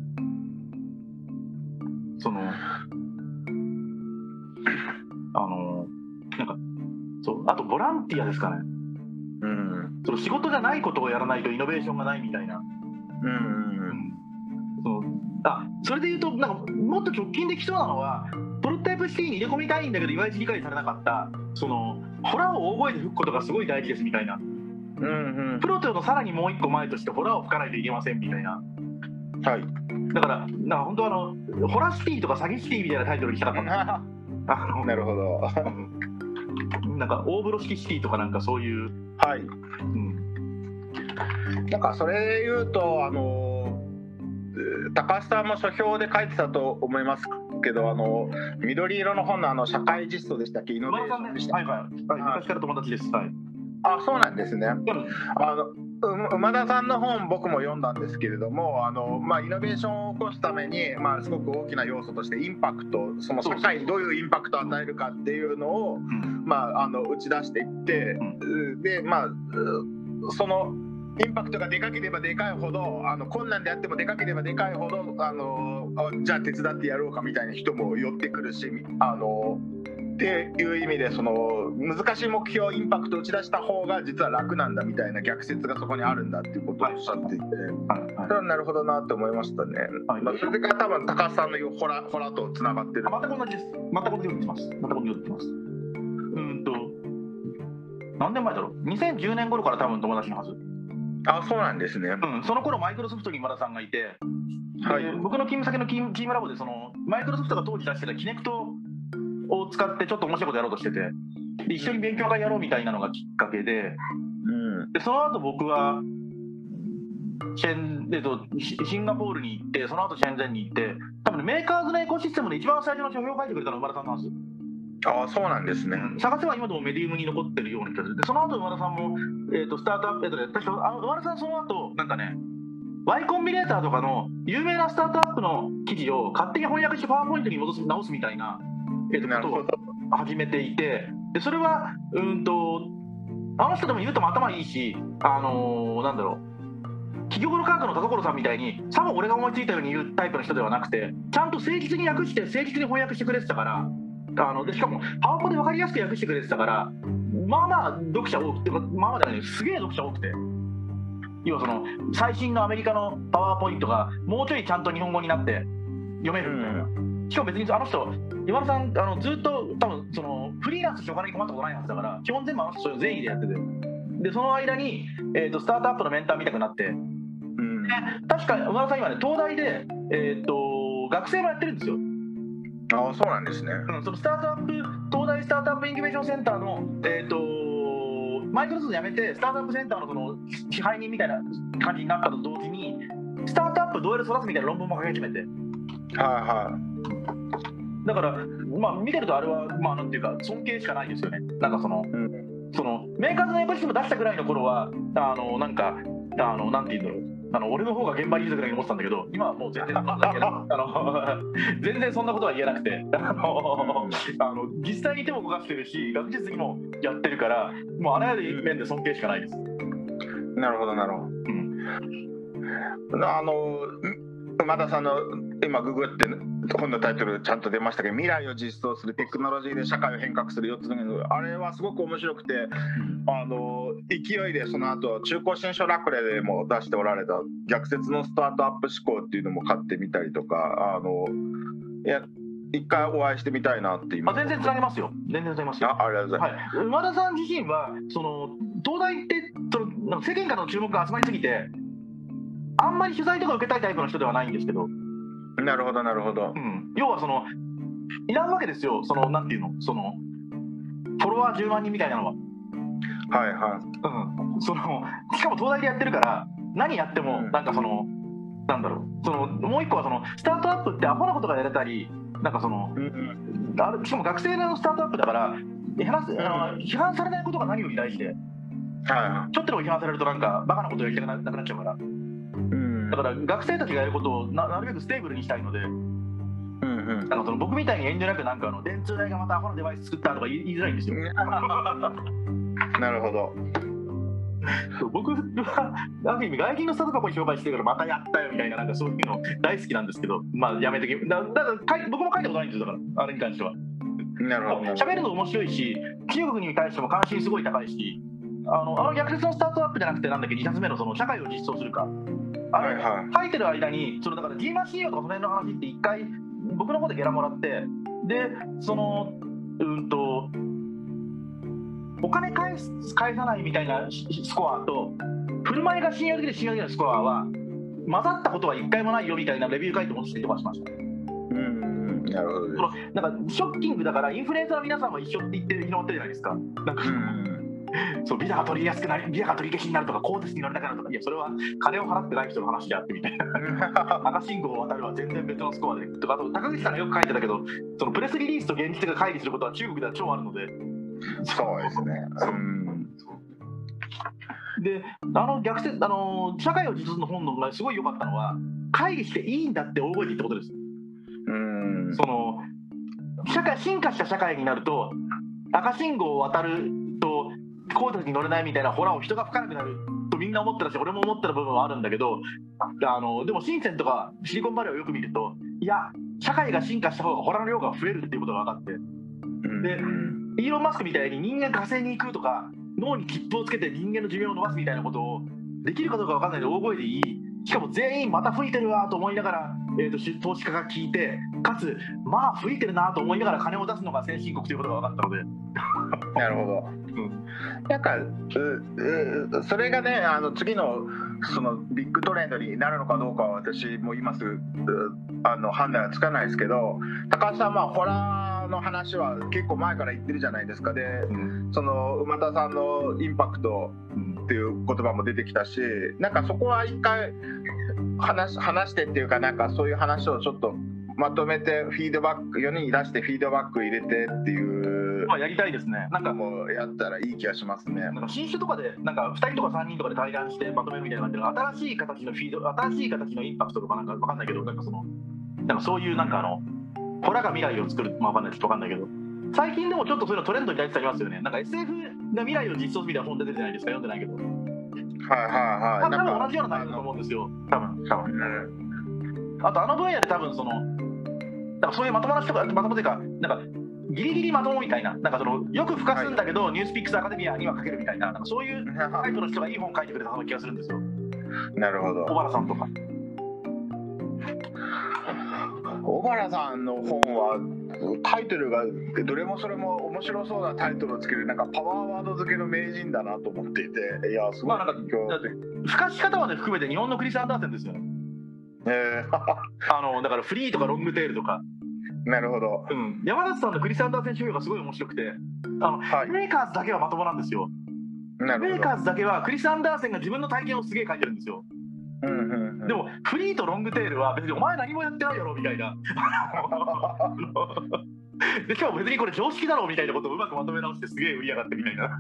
Speaker 1: そのあのなんかそうあとボランティアですかね、うん、その仕事じゃないことをやらないとイノベーションがないみたいな、うんうんうん、そのあそれで言うとなんかもっと直近できそうなのはプロトタイプ シー に入れ込みたいんだけどいまいち理解されなかったそのホラーを大声で吹くことがすごい大事ですみたいな、うんうん、プロトのさらにもう一個前としてホラーを吹かないといけませんみたいな、はい、だからなんか本当はあのホラーシティとか詐欺シティみたいなタイトルにしたかったんですよあの
Speaker 2: なるほど
Speaker 1: なんか大風呂敷シティとかなんかそういう、
Speaker 2: はい、
Speaker 1: うん、
Speaker 2: なんかそれで言うとあの高橋さんも書評で書いてたと思いますけど、あの緑色の本のあの社会実装でしたっけ、イノベーションでしたっけ。
Speaker 1: はいはい、昔から友達です。はい。
Speaker 2: あ、そうなんですね。あの馬田さんの本僕も読んだんですけれども、あの、まあ、イノベーションを起こすために、まあ、すごく大きな要素としてインパクト、その社会にどういうインパクトを与えるかっていうのを、うん、まあ、あの打ち出していって、うん、で、まあ、そのインパクトがでかければでかいほど、あの困難であってもでかければでかいほど、あのじゃあ手伝ってやろうかみたいな人も寄ってくるし、あのっていう意味でその難しい目標インパクトを打ち出した方が実は楽なんだみたいな逆説がそこにあるんだっていうことをおっしゃっていて、はいはい、それはなるほどなって思いましたね、はい。まあ、それが多分高橋さんの言うホラホラとつながってる。
Speaker 1: 全く同じです。全く同じように言ってます。全く同じように言ってます。うんと何年前だろう、にせんじゅうねん頃から多分友達のはず。
Speaker 2: あ、そうなんですね。
Speaker 1: うん、その頃マイクロソフトに今田さんがいて、はい、僕の勤務先の勤務ラボでそのマイクロソフトが当時出してたキネクトを使ってちょっと面白いことやろうとしてて、で一緒に勉強会やろうみたいなのがきっかけで、うん、でその後僕はシェン、えっと、シンガポールに行って、その後シェンゼンに行って、多分、ね、メーカーズのエコシステムで一番最初の書評を書いてくれたのは馬田さんなんですよ。
Speaker 2: ああ、そうなんですね。
Speaker 1: 探せば今でもメディウムに残ってるような気がする。でその後馬田さんも、えー、とスタートアップ、えーとね、確かあの馬田さんその後なんかね Y コンビネーターとかの有名なスタートアップの記事を勝手に翻訳してパワーポイントに戻す直すみたいな、えー、とことを始めていて、でそれはうんとあの人でも言うとも頭いいし、あのー、なんだろう、企業の科学の田所さんみたいにさも俺が思いついたように言うタイプの人ではなくて、ちゃんと誠実に訳して誠実に翻訳してくれてたから、あのでしかもパワポで分かりやすく訳してくれてたから、まあまあ読者多くて、まあまあだね、すげえ読者多くて、要はその最新のアメリカのパワーポイントがもうちょいちゃんと日本語になって読めるみたいな、うん、しかも別にあの人今田さんあのずっと多分そのフリーランスしてお金に困ったことないはずだから、基本全部あの人それを善意でやってて、でその間に、えー、とスタートアップのメンター見たくなって、うん、で確か今田さん今ね東大で、えー、と学生もやってるんですよ。
Speaker 2: ああ、そうなんですね。
Speaker 1: うん、そのスタートアップ東大スタートアップインキュベーションセンターの、えー、とマイクロソフト辞めてスタートアップセンターのその支配人みたいな感じになったと同時に、スタートアップどうやって育つみたいな論文も書き始めて、はいはい、だからまあ見てるとあれはまあなんていうか尊敬しかないですよね。なんかその、うん、そのメーカーズのエコシステム出したぐらいの頃はあのなんかあのなんていうんだろう、あの俺の方が現場にいるぐらいに思ってたんだけど、今はもう全然あの全然そんなことは言えなくて、あのあの実際に手も動かしてるし学術にもやってるから、もうあらゆる面で尊敬しかないです。
Speaker 2: なるほどなるほど、うん、あの馬田さんの今ググって本のタイトルちゃんと出ましたけど、未来を実装するテクノロジーで社会を変革するよっつのけど、あれはすごく面白くて、あの勢いでその後中高新書ラクレでも出しておられた逆説のスタートアップ思考っていうのも買ってみたりとか、あのいや一回お会いしてみたいなって今。
Speaker 1: あ、全然つなげますよ。全然つなげますよ。
Speaker 2: あ、ありがとうございます。
Speaker 1: はい、馬田さん自身はその東大ってその世間からの注目が集まりすぎて、あんまり取材とか受けたいタイプの人ではないんですけど。
Speaker 2: なるほどなるほど、
Speaker 1: うん、要はそのいらんわけですよ、そのなんていうの、そのフォロワーじゅうまんにんみたいなのは。
Speaker 2: はいはい、
Speaker 1: うん、そのしかも東大でやってるから何やってもなんかその、うん、なんだろう、そのもう一個はそのスタートアップってアホなことがやれたり、なんかその、うん、あしかも学生のスタートアップだから批判、うん、あの批判されないことが何より大事で、はい、ちょっとでも批判されるとなんかバカなことをやりたくなくなっちゃうから、うん、だから学生たちがやることを な, なるべくステーブルにしたいので、うんうん、なんかその僕みたいに遠慮なくなんかあの電通大がまたアホなデバイス作ったとか言いづらいんですよ。
Speaker 2: なるほど。
Speaker 1: 僕はある意味外勤のスタートアップを紹介してるからまたやったよみたいな、なんかそういうの大好きなんですけど、まあやめときだだから僕も書いたことないんですよ、だからあれに関しては。
Speaker 2: なるほど。
Speaker 1: 喋るの面白いし、中国に対しても関心すごい高いし、あのあの逆説のスタートアップじゃなくてなんだっけに発目のその社会を実装するか、あれ、はいはい、書いてる間にそのだから G マシンとかその辺の話って一回僕の方でゲラもらって、でそのうんとお金返す返さないみたいなスコアと振る舞いが信用できる信用できるスコアは混ざったことは一回もないよみたいなレビュー書いて持ってきたりとかしました。うん
Speaker 2: ん、なるほどです。
Speaker 1: そのなんかショッキングだからインフルエンサーの皆さんも一緒って言ってる日のってるじゃないですか。なんか、うん、そうビザが取りやすくなりビザが取り消しになるとか高鉄に乗れなくなるとか、いやそれは金を払ってない人の話であってみたいな赤信号を渡るは全然別のスコアでとか、あと高口さんがよく書いてたけど、そのプレスリリースと現実が乖離することは中国では超あるので。
Speaker 2: そうですね。うん、
Speaker 1: で、あの逆説あの社会を実すの本のがすごい良かったのは、会議していいんだって大声で言ったことです。
Speaker 2: うん、
Speaker 1: その社会進化した社会になると赤信号を渡ると高速に乗れないみたいなホラーを人が吹かなくなるとみんな思ってたし、俺も思ってた部分はあるんだけど、あのでも深センとかシリコンバレーをよく見ると、いや社会が進化した方がホラーの量が増えるっていうことが分かって、でイーロン・マスクみたいに人間火星に行くとか脳に切符をつけて人間の寿命を伸ばすみたいなことをできるかどうか分かんないで大声で言い、しかも全員また吹いてるわと思いながら、えー、と投資家が聞いて、かつまあ吹いてるなと思いながら金を出すのが先進国ということが分かったので
Speaker 2: なるほど、うん、なんかううそれがね、あの次のそのビッグトレンドになるのかどうかは私も今すぐあの判断がつかないですけど、高橋さんはホラーの話は結構前から言ってるじゃないですか。で、うん、その馬田さんのインパクトっていう言葉も出てきたし、なんかそこは一回話, 話してっていうか、なんかそういう話をちょっとまとめてフィードバックよにんに出してフィードバック入れてっていう、
Speaker 1: まあ、やりたいですね。なんか
Speaker 2: もうやったらいい気がしますね。
Speaker 1: なんか新種とかでなんかふたりとかさんにんとかで対談してまとめるみたいな感じで、新しい形のフィード、新しい形のインパクトとかなんか分かんないけど、なんかそのなんかそういうなんかあのホラーが未来を作る、まあ、分かんないです分かんないけど、最近でもちょっとそういうのトレンドになりつつありますよね。なんか エスエフ が未来を実装するみたいな本出てるじゃないですか。読んでないけど、
Speaker 2: はいはいはい、
Speaker 1: 多分同じような内容だと思うんですよ。多分多分、うん、あとあの分野で多分そのなんかそういうまともな人がまともというか、なんかギリギリまともみたいな、なんかそのよく吹かすんだけど、はい、ニュースピックスアカデミアには書けるみたいな、なんかそういうタイプの人がいい本書いてくれた気がするんですよ。
Speaker 2: なるほど。
Speaker 1: 小原さんとか。
Speaker 2: 小原さんの本はタイトルがどれもそれも面白そうなタイトルをつける、なんかパワーワード付けの名人だなと思っていて、いやすごい、まあ、なんか
Speaker 1: 吹かし方まで含めて日本のクリス・アンダーセンですよね。えー、あのだからフリーとかロングテールとか。
Speaker 2: なるほど、
Speaker 1: うん、山田さんのクリス・アンダーセン主義がすごい面白くて、あの、はい、メーカーズだけはまともなんですよ。メーカーズだけはクリス・アンダーセンが自分の体験をすげえ書いてるんですよ。うんうんうん、でもフリーとロングテールは別にお前何もやってないやろみたいなで今日別にこれ常識だろみたいなことをうまくまとめ直してすげえ売り上がってみたいな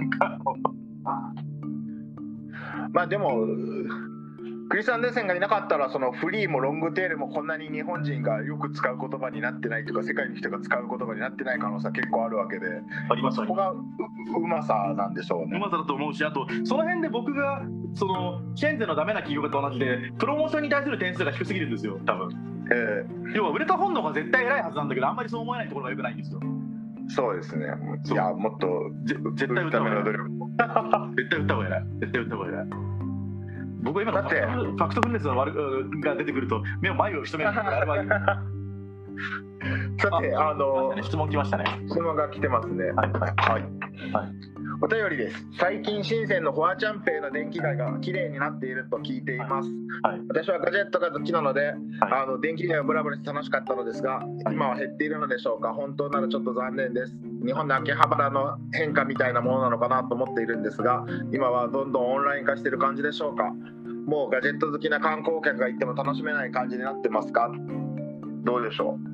Speaker 2: まあでもクリス・アンダーセンがいなかったらそのフリーもロングテールもこんなに日本人がよく使う言葉になってないとか、世界の人が使う言葉になってない可能性は結構あるわけで、
Speaker 1: あります。
Speaker 2: そこが う, うまさなんでしょうね。
Speaker 1: うまさだと思うし、あとその辺で僕がそのシェンゼのダメな企業家と同じでプロモーションに対する点数が低すぎるんですよ多分。えー、要は売れた本の方が絶対偉いはずなんだけど、あんまりそう思えないところが良くないんですよ。
Speaker 2: そうですね。いやもっと
Speaker 1: 絶対売った方が偉い。絶対売った方が偉い。絶対売った方が偉い。僕は今のファクトフルネスの悪が出てくると目を前を一目見てあれは
Speaker 2: さて、あの
Speaker 1: 質問来ましたね。
Speaker 2: 質問が来てますね。はいはいはい。はい、お便りです。最近深センのフォアチャンペイの電気街が綺麗になっていると聞いています。はいはい、私はガジェットが好きなので、はい、あの電気街をブラブラして楽しかったのですが、今は減っているのでしょうか。本当ならちょっと残念です。日本の秋葉原の変化みたいなものなのかなと思っているんですが、今はどんどんオンライン化している感じでしょうか。もうガジェット好きな観光客が行っても楽しめない感じになってますか。どうでしょう。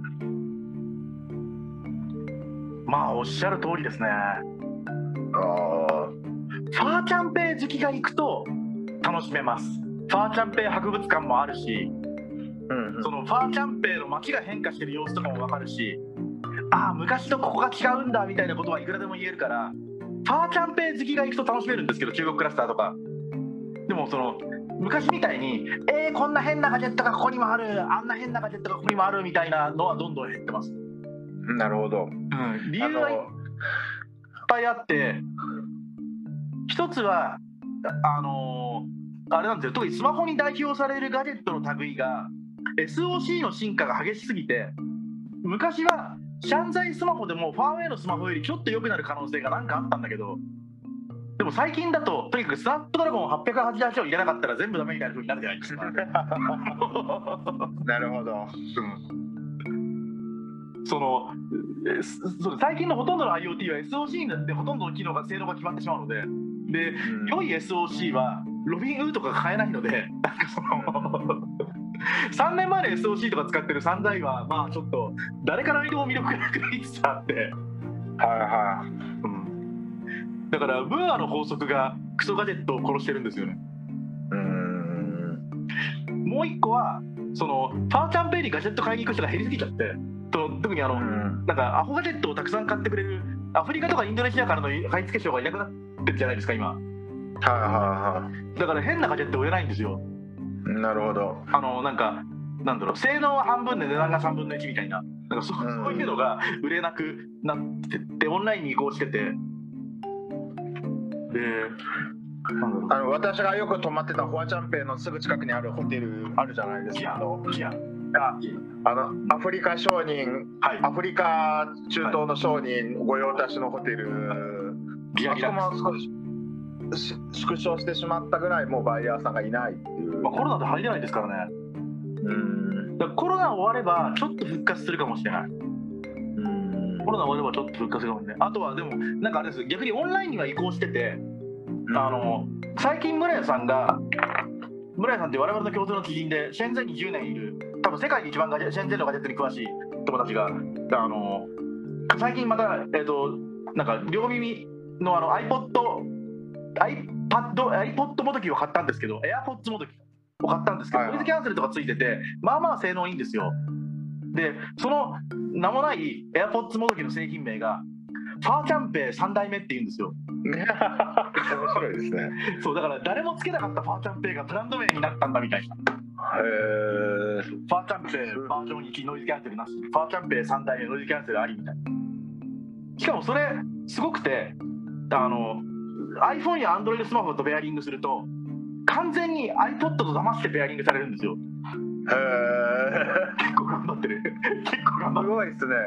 Speaker 1: まあおっしゃる通りですね。あファーチャンペイ好きが行くと楽しめます。ファーチャンペイ博物館もあるし、うんうん、そのファーチャンペイの街が変化してる様子とかも分かるし、ああ昔とここが違うんだみたいなことはいくらでも言えるから、ファーチャンペイ好きが行くと楽しめるんですけど、中国クラスターとかでもその昔みたいにえー、こんな変なガジェットがここにもある、あんな変なガジェットがここにもあるみたいなのはどんどん減ってます。
Speaker 2: なるほど、
Speaker 1: うん、理由がいっぱいあって、一つはあのー、あれなんですよ、特にスマホに代表されるガジェットの類が エスオーシー の進化が激しすぎて、昔はシャンザイスマホでもファーウェイのスマホよりちょっと良くなる可能性がなんかあったんだけど、でも最近だととにかくスナップドラゴンはっぴゃくはちじゅうはちを入れなかったら全部ダメみたいな風になるじゃないですか。
Speaker 2: なるほど、
Speaker 1: うん、 そのえすその最近のほとんどの IoT は エスオーシー でほとんどの機能が性能が決まってしまうので、で、
Speaker 2: うん
Speaker 1: 良い エスオーシー はロビンウーとか買えないので、なんかそのさんねんまえの エスオーシー とか使ってる散財はまあちょっと誰から見ても魅力がなくなりつつあって、
Speaker 2: はいはい。
Speaker 1: うん、だからムーアの法則がクソガジェットを殺してるんですよね。
Speaker 2: うーん。
Speaker 1: もう一個はそのファーチャンペイにガジェット買いに行く人が減りすぎちゃって、と特にあの、
Speaker 2: うん、
Speaker 1: なんかアホガジェットをたくさん買ってくれるアフリカとかインドネシアからの買い付け商がいなくなってるじゃないですか今。
Speaker 2: はいはいは
Speaker 1: だから変なガジェット売れないんですよ。
Speaker 2: い。なるほど。
Speaker 1: あのなんかなんだろう、性能は半分で値段がさんぶんのいちみたいな、なんか そ, うそういうのが売れなくなってってオンラインに移行してて、でなんだろう、
Speaker 2: あの私がよく泊まってたホアチャンペイのすぐ近くにあるホテルあるじゃないですか。あの
Speaker 1: いや
Speaker 2: あのアフリカ商人、はい、アフリカ中東の商人御用達のホテル、
Speaker 1: ギラギラ
Speaker 2: あそこも少し縮小してしまったぐらいもうバイヤーさんがいないっていう、
Speaker 1: まあ、コロナで入れないですからね。うんだからコロナ終わればちょっと復活するかもしれない。うんコロナ終わればちょっと復活するかもしれない。あとはでもなんかあれです、逆にオンラインには移行してて、うん、あの最近村屋さんが村屋さんって我々の共通の知人でシェンゼンにじゅうねんいる、多分世界で一番ガジェシェンゼンのガジェットに詳しい友達があの最近また、えーと、なんか両耳のあの iPod iPad iPod もどきを買ったんですけど、AirPods もどきを買ったんですけど、ノイズキャンセルとかついててまあまあ性能いいんですよ。でその名もない AirPods もどきの製品名がファーチャンペイさん代目って言うんですよ。
Speaker 2: 面白いですね。
Speaker 1: そうだから誰もつけなかったファーチャンペイがブランド名になったんだみたいな。
Speaker 2: へー。
Speaker 1: ファーチャンペイバージョンいちノイズキャンセルなし、ファーチャンペイさん代目ノイズキャンセルありみたいな。しかもそれすごくて、あの iPhone や Android スマホとペアリングすると完全に iPod と騙してペアリングされるんですよ。
Speaker 2: へー。
Speaker 1: 結構頑張ってる結構頑張ってる。
Speaker 2: すごいですね。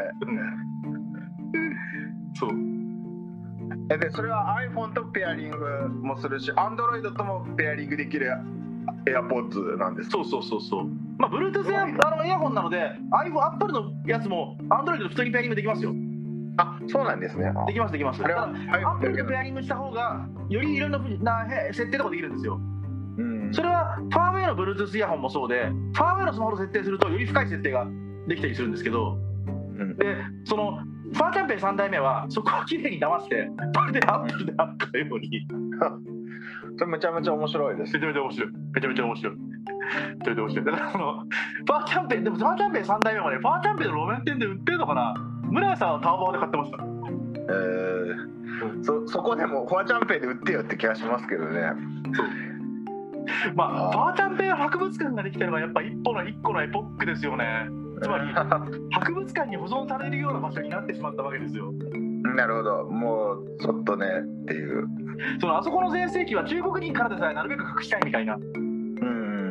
Speaker 1: そう
Speaker 2: えでそれは iPhone とペアリングもするし Android ともペアリングできる AirPods なんですか？
Speaker 1: そうそうそうそう、まあ Bluetooth やあのイヤホンなので iPhone、Apple のやつも Android と普通にペアリングできますよ。
Speaker 2: あ、そうなんですね。
Speaker 1: できますできます。ただ Apple とペアリングした方がよりいろんな設定とかできるんですよ。うん、それはファーウェイの Bluetooth イヤホンもそうで、ファーウェイのスマホの設定するとより深い設定ができたりするんですけど、うん、でそのファーチャンペイさん代目はそこをきれいに騙してまるでアップルであったように
Speaker 2: それめちゃめちゃ面白いです。
Speaker 1: めちゃめちゃ面白いめちゃめちゃ面白いめちゃめちゃ面白い。だからそのファーチャンペイでもファーチャンペイさん代目はね、ファーチャンペイの路面店で売ってるのかな。村屋さんはタワバオで買ってました。
Speaker 2: えー、そ, そこでもファーチャンペイで売ってよって気がしますけどね。
Speaker 1: そうまあファーチャンペイ博物館ができたのがやっぱ一歩の一個のエポックですよね。つまり博物館に保存されるような場所になってしまったわけですよ。
Speaker 2: なるほど、もうちょっとねっていう。
Speaker 1: そのあそこの全盛期は中国人からでさえなるべく隠したいみたいな。うん、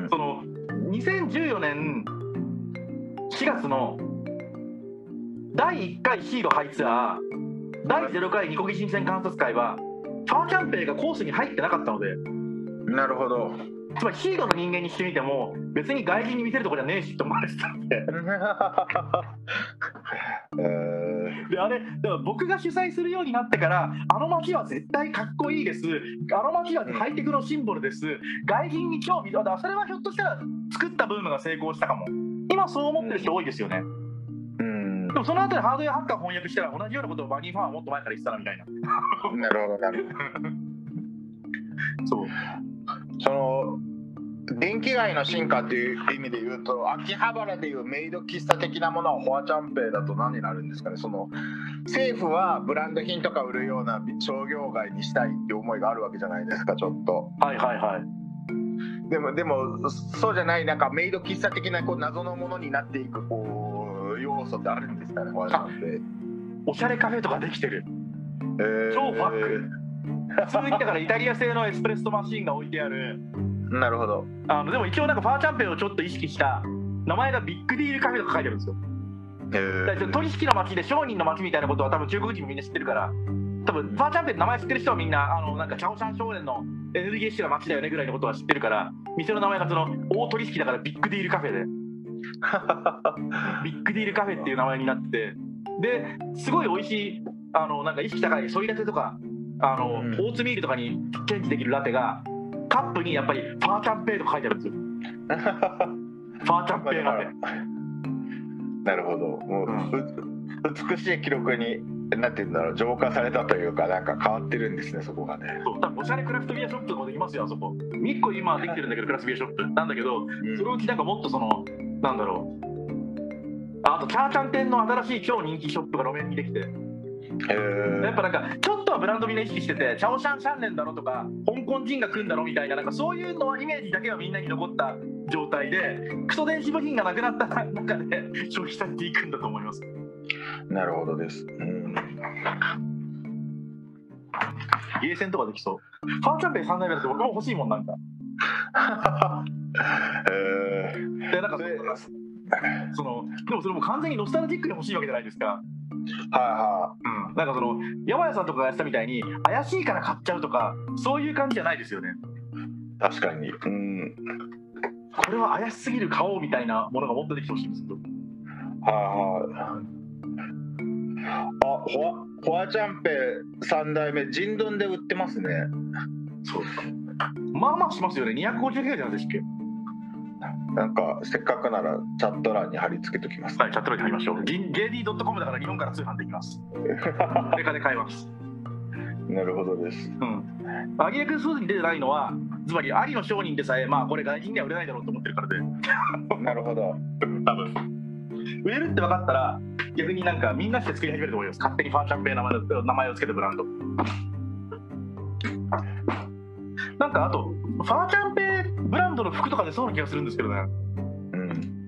Speaker 1: そのにせんじゅうよねんしがつのだいいっかいシードハイツアーだいゼロかいニコギ新鮮観察会はファーチャンペイがコースに入ってなかったので。
Speaker 2: なるほど。
Speaker 1: つまりシードの人間にしてみても別に外人に見せるところじゃねえしと思われてたんでであれだから僕が主催するようになってからあの街は絶対かっこいいです、あの街はハイテクのシンボルです、外人に興味だからそれはひょっとしたら作ったブームが成功したかも。今そう思ってる人多いですよね。うん、でもその後でハードウェアハッカー翻訳したら同じようなことをバニーファンはもっと前から言ってたなみたいな
Speaker 2: なるほどなるほどそうその電気街の進化という意味で言うと秋葉原でいうメイド喫茶的なものはフォアチャンペイだと何になるんですかね。その政府はブランド品とか売るような商業街にしたいっていう思いがあるわけじゃないですか、ちょっと。
Speaker 1: はいはいはい。
Speaker 2: でもでもそうじゃないなんかメイド喫茶的なこう謎のものになっていくこう要素ってあるんですかね、フォアチャンペイ。
Speaker 1: おしゃれカフェとかできてる、えー、超ファック普通にだからイタリア製のエスプレッソマシーンが置いてある。
Speaker 2: なるほど。
Speaker 1: あのでも一応なんかファーチャンペイをちょっと意識した名前がビッグディールカフェとか書いてあるんですよ。へー。取引の街で商人の街みたいなことは多分中国人もみんな知ってるから、多分ファーチャンペイの名前知ってる人はみんなあのなんかチャオシャン少年のエネルギッシュな街だよねぐらいのことは知ってるから、店の名前がその大取引だからビッグディールカフェで。 ビッグディールカフェっていう名前になってて、ですごい美味しいあのなんか意識高いソイラテとかあの、うん、オーツミールとかにチェンジできるラテがカップにやっぱりファーチャンペイとか書いてあるんですよ。ファーチャンペイラテ。
Speaker 2: なるほど。もう、うん、美しい記録になんていうんだろう、浄化されたというか、なんか変わってるんですね、そこがね。
Speaker 1: そう、多分おしゃれクラフトビアショップとかできますよ、あそこ。みっこ今できてるんだけど、クラフトビアショップなんだけど、うん、そのうちなんかもっとそのなんだろう、あとチャーチャン店の新しい超人気ショップが路面にできて、やっぱなんかちょっとはブランドみんな意識してて、チャオシャンシャンレンだろとか香港人が来るんだろみたいな、なんかそういうのイメージだけはみんなに残った状態で、クソ電子部品がなくなった中で消費されていくんだと思います。
Speaker 2: なるほどです。うん、
Speaker 1: ゲーセンとかできそう。ファーチャンペイさんだいめだって僕も欲しいもんなんか。えー、でなんかそのでもそれも完全にノスタルジックで欲しいわけじゃないですか。
Speaker 2: はいはい、
Speaker 1: うん、なんかその山谷さんとかがやってたみたいに怪しいから買っちゃうとかそういう感じじゃないですよね。
Speaker 2: 確かに、うん、
Speaker 1: これは怪しすぎる買おうみたいなものがもっとできてほしいんですけど。
Speaker 2: はいはい。あ、フォア、フォアチャンペさん代目ジンドンで売ってますね。
Speaker 1: そうですか。まあまあしますよね。にひゃくごじゅうきゅうえんじゃないですっけ。
Speaker 2: なんかせっかくならチャット欄に貼り付けときます。
Speaker 1: はい、チャット欄に貼りましょう。ジェーディードットコム だから日本から通販できます。定価で買えます。
Speaker 2: なるほどです。
Speaker 1: うん。アギレクスフーズに出てないのは、つまりアリの商人でさえ、まあこれ外人には売れないだろうと思ってるからで。
Speaker 2: なるほど。
Speaker 1: 多分売れるって分かったら逆になんかみんなして作り始めると思います。勝手にファーチャンペイ名前名前を付けたブランド。なんかあとファーチャンペイブランドの服とかでそうな気がするんですけどね。
Speaker 2: うん。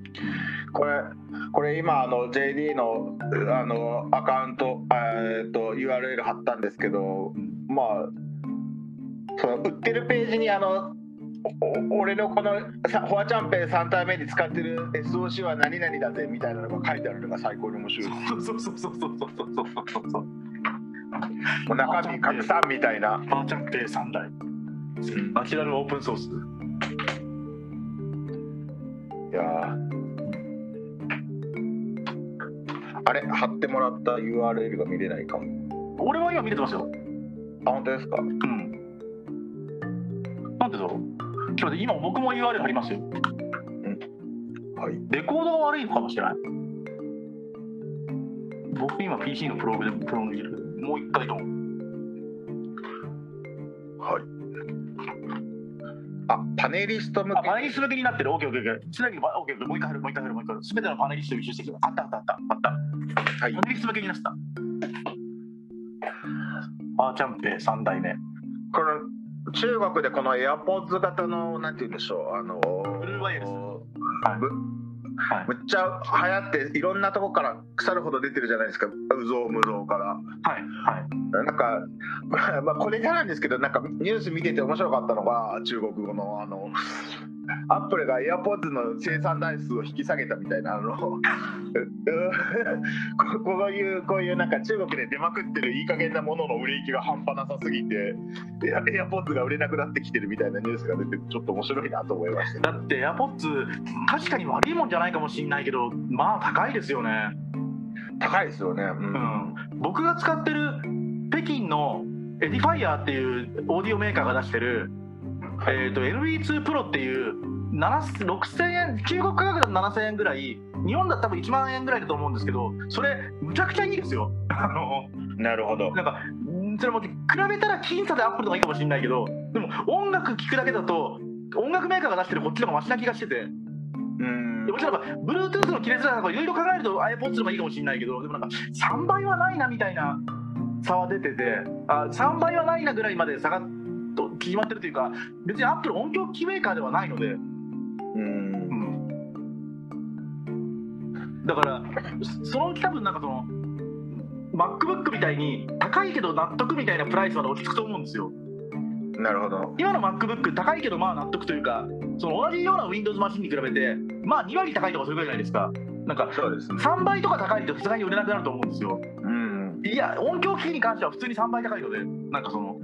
Speaker 2: これこれ今あの ジェーディー のあのアカウントえっと ユーアールエル 貼ったんですけど、まあその売ってるページにあの俺のこのフォアチャンペイさん代目に使ってる エスオーシー は何々だぜみたいなのが書いてあるのが最高に面白い。
Speaker 1: そうそうそうそうそうそうそうそう。
Speaker 2: もう中身拡散みたいな。
Speaker 1: フォアチャンペイさん代。ナチュラルオープンソース。
Speaker 2: いやあれ貼ってもらった ユーアールエル が見れないかも。
Speaker 1: 俺は今見れてますよ。
Speaker 2: あ、本当ですか。うん。
Speaker 1: なんでだろう。今日で今僕も ユーアールエル 貼りますよ。うん。はい。レコードが悪いのかもしれない。僕今 ピーシー のプログでプログでもう一回とも。
Speaker 2: はい。あ、パネリスト向け。
Speaker 1: あ、パネリスト向けになってる。オーケーオーケーオーケー。つなぎオーケーもう一回貼るもう一回貼るもう一回貼る。すべてのパネリストを一周してきた。あったあったあったあった。はい。パネリスト向けになった。ファーチャンペイさん代目。
Speaker 2: この中国でこの AirPods 型のなんて言うんでしょう、あの
Speaker 1: ブルーワイヤレス。
Speaker 2: はい。はい、むっちゃ流行っていろんなとこから腐るほど出てるじゃないですか、有象無象から。はいはい。なんかまあこれじゃないんですけど、なんかニュース見てて面白かったのが中国語のあのアップルが AirPods の生産台数を引き下げたみたいなあのこういうこういうなんか中国で出まくってるいい加減なものの売れ行きが半端なさすぎて AirPods が売れなくなってきてるみたいなニュースが出てちょっと面白いなと思いました。
Speaker 1: だって AirPods 確かに悪いもんじゃないかもしれないけど、まあ高いですよね。
Speaker 2: 高いですよね。うん、
Speaker 1: うん、僕が使ってる北京のエディファイアっていうオーディオメーカーが出してる、はい、えーと エヌビーツー プロっていうろくせんえん、中国価格だとななせんえんぐらい、日本だと多分いちまんえんぐらいだと思うんですけど、それむちゃくちゃいいですよ。あの
Speaker 2: なるほど。
Speaker 1: なんかそれも比べたら僅差でアップルとかいいかもしれないけど、でも音楽聴くだけだと音楽メーカーが出してるこっちの方がマシな気がしてて。うん、もちろん Bluetooth の切れづらさとかいろいろ考えると iPods の方がいいかもしれないけど、でもなんかさんばいはないなみたいな差は出てて、あさんばいはないなぐらいまで差がと決まってるというか、別に Apple 音響機メーカーではないので、うん、うん、だからそのうち多分なんかその MacBook みたいに高いけど納得みたいなプライスまで落ち着くと思うんですよ。
Speaker 2: なるほど。
Speaker 1: 今の MacBook 高いけどまあ納得というか、その同じような Windows マシンに比べてまあに割高いとかそういうことじゃないですか。なんか
Speaker 2: そうですね、
Speaker 1: さんばいとか高いとさすがに売れなくなると思うんですよ。うん、いや音響機器に関しては普通にさんばい高いので、なんかその、うん、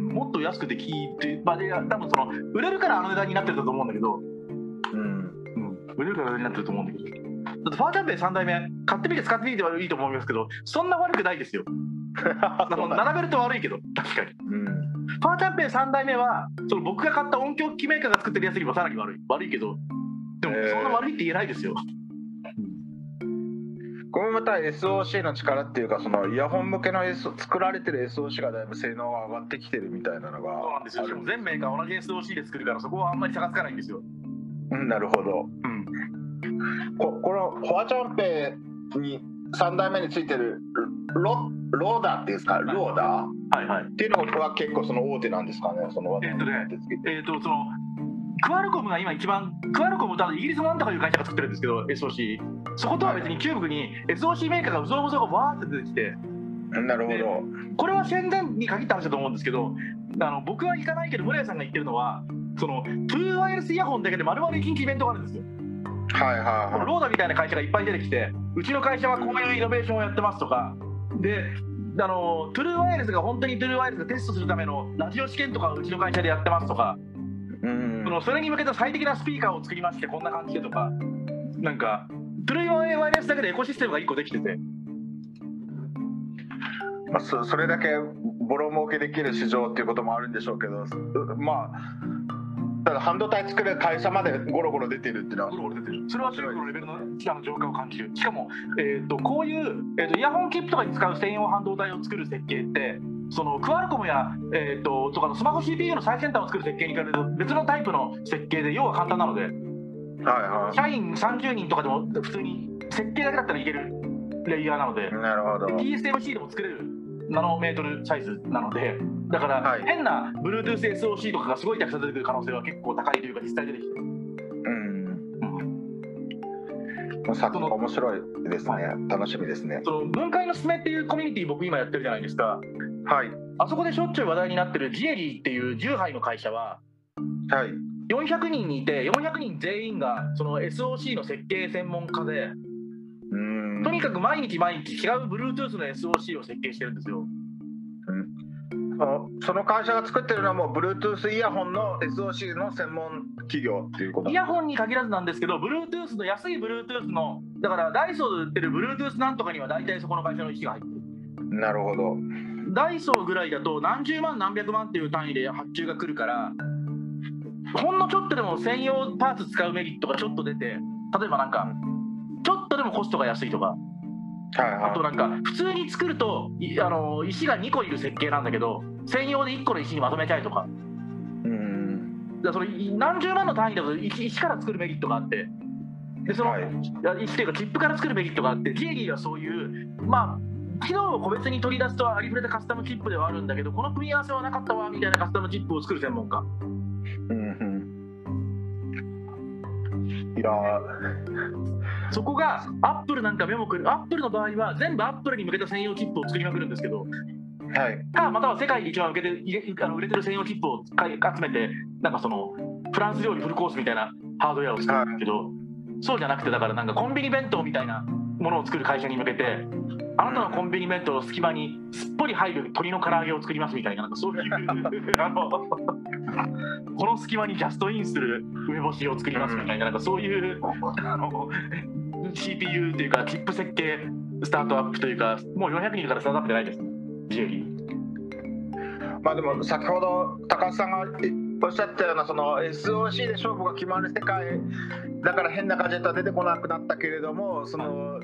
Speaker 1: もっと安くて聞いて、まあ、で多分その売れるからあの値段になってると思うんだけど、うんうん、 無力な形になってると思うんだけど、だってファーチャンペイさん代目買ってみて使ってみてはいいと思いますけど、そんな悪くないですよ。あの並べると悪いけど確かに、うん、ファーチャンペイさん代目はその僕が買った音響機メーカーが作ってるやつよりもさらに悪い悪いけど、でもそんな悪いって言えないですよ。
Speaker 2: これもまた エスオーシー の力っていうか、そのイヤホン向けの、S、作られてる エスオーシー がだいぶ性能が上がってきてるみたいなのが。
Speaker 1: そうなんですよ。しかも全メーカー同じ エスオーシー で作るから、そこはあんまり差がつかないんですよ。
Speaker 2: うん、なるほど。うん、こ, このファーチャンペイにさん代目についてるロローダーっていうんですか、ローダー、
Speaker 1: はいはい、
Speaker 2: っていうのは結構その大手なんですかね。その
Speaker 1: えっとね、えっとそのクアルコムが今一番、クアルコムとイギリスのなんとかいう会社が作ってるんですけど エスオーシー、 そことは別に中国に エスオーシー メーカーがうぞうむぞうがわーって出てきて、
Speaker 2: なるほど。
Speaker 1: これは宣伝に限った話だと思うんですけど、あの僕は行かないけど村屋さんが言ってるのは、そのトゥーワイヤレスイヤホンだけで丸々一日イベントがあるんですよ。
Speaker 2: はいはいはい。
Speaker 1: ローダみたいな会社がいっぱい出てきて、うちの会社はこういうイノベーションをやってますとかで、あのトゥルーワイヤレスが本当にトゥルーワイヤレスでテストするためのラジオ試験とかをうちの会社でやってますとか、うん、そのそれに向けた最適なスピーカーを作りましてこんな感じでとか、なんかトゥルーワイヤレスだけでエコシステムがいっこできてて、
Speaker 2: まあ、そ, それだけボロ儲けできる市場っていうこともあるんでしょうけど、まあただ半導体作る会社までゴロゴロ出てるっていうのはゴロゴロ出てる。それは中国のレベルの浄化を感じる。しかも、えー、とこういう、えー、とイヤホンキップとかに使う専用半導体を作る設計って、そのクアルコムや、えー、ととかのスマホ シーピーユー の最先端を作る設計に比べると別のタイプの設計で要は簡単なので、はいはい、社員さんじゅうにんとかでも普通に設計だけだったらいけるレイヤーなので、 なるほど。
Speaker 1: ティーエスエムシー でも作れるナノメートルサイズなので、だから、はい、変な Bluetooth エスオーシー とかがすごいたくさん出てくる可能性は結構高いというか実際出てきてる。うん、
Speaker 2: うん、作品面白いですね、はい、楽しみですね。
Speaker 1: その分解のすすめっていうコミュニティ僕今やってるじゃないですか。
Speaker 2: はい。
Speaker 1: あそこでしょっちゅう話題になってるジエリーっていうじゅうはいの会社は、
Speaker 2: はい、
Speaker 1: よんひゃくにんいてよんひゃくにん全員がその エスオーシー の設計専門家で、うーん、とにかく毎日毎日違う Bluetooth の エスオーシー を設計してるんですよ。
Speaker 2: その会社が作ってるのはもう Bluetooth イヤホンの エスオーシー の専門企業っていうこと。
Speaker 1: イヤホンに限らずなんですけど、Bluetooth の安い Bluetooth の、だからダイソーで売ってる Bluetooth なんとかには大体そこの会社の石が入ってる。
Speaker 2: なるほど。
Speaker 1: ダイソーぐらいだと何十万何百万っていう単位で発注が来るから、ほんのちょっとでも専用パーツ使うメリットがちょっと出て、例えばなんかちょっとでもコストが安いとか、はいはい、あとなんか普通に作るとあの石がにこいる設計なんだけど専用でいっこの石にまとめちゃえとか、うん、だからそれ何十万の単位だと 石, 石から作るメリットがあって、でその、はい、石というかチップから作るメリットがあって、ジエリーはそういうまあ機能を個別に取り出すとありふれたカスタムチップではあるんだけど、この組み合わせはなかったわみたいなカスタムチップを作る専門家。うん、うん、いやそこがアップルなんか目もくる。アップルの場合は全部アップルに向けた専用チップを作りまくるんですけど、はい、かまたは世界で一番受けてあの売れてる専用チップを集めて、なんかそのフランス料理フルコースみたいなハードウェアを作るんですけど、はい、そうじゃなくて、だからなんかコンビニ弁当みたいなものを作る会社に向けて、あなたのコンビニ弁当の隙間にすっぽり入る鶏の唐揚げを作りますみたいな、なんかそういうあのこの隙間にジャストインする梅干しを作りますみたいな、なんかそういうあの シーピーユー というかチップ設計スタートアップというか、もうよんひゃくにんからスタートアップじゃないですね、ジエリー。
Speaker 2: まあでも先ほど高橋さんがおっしゃったようなその エスオーシー で勝負が決まる世界だから変なガジェットは出てこなくなったけれども、その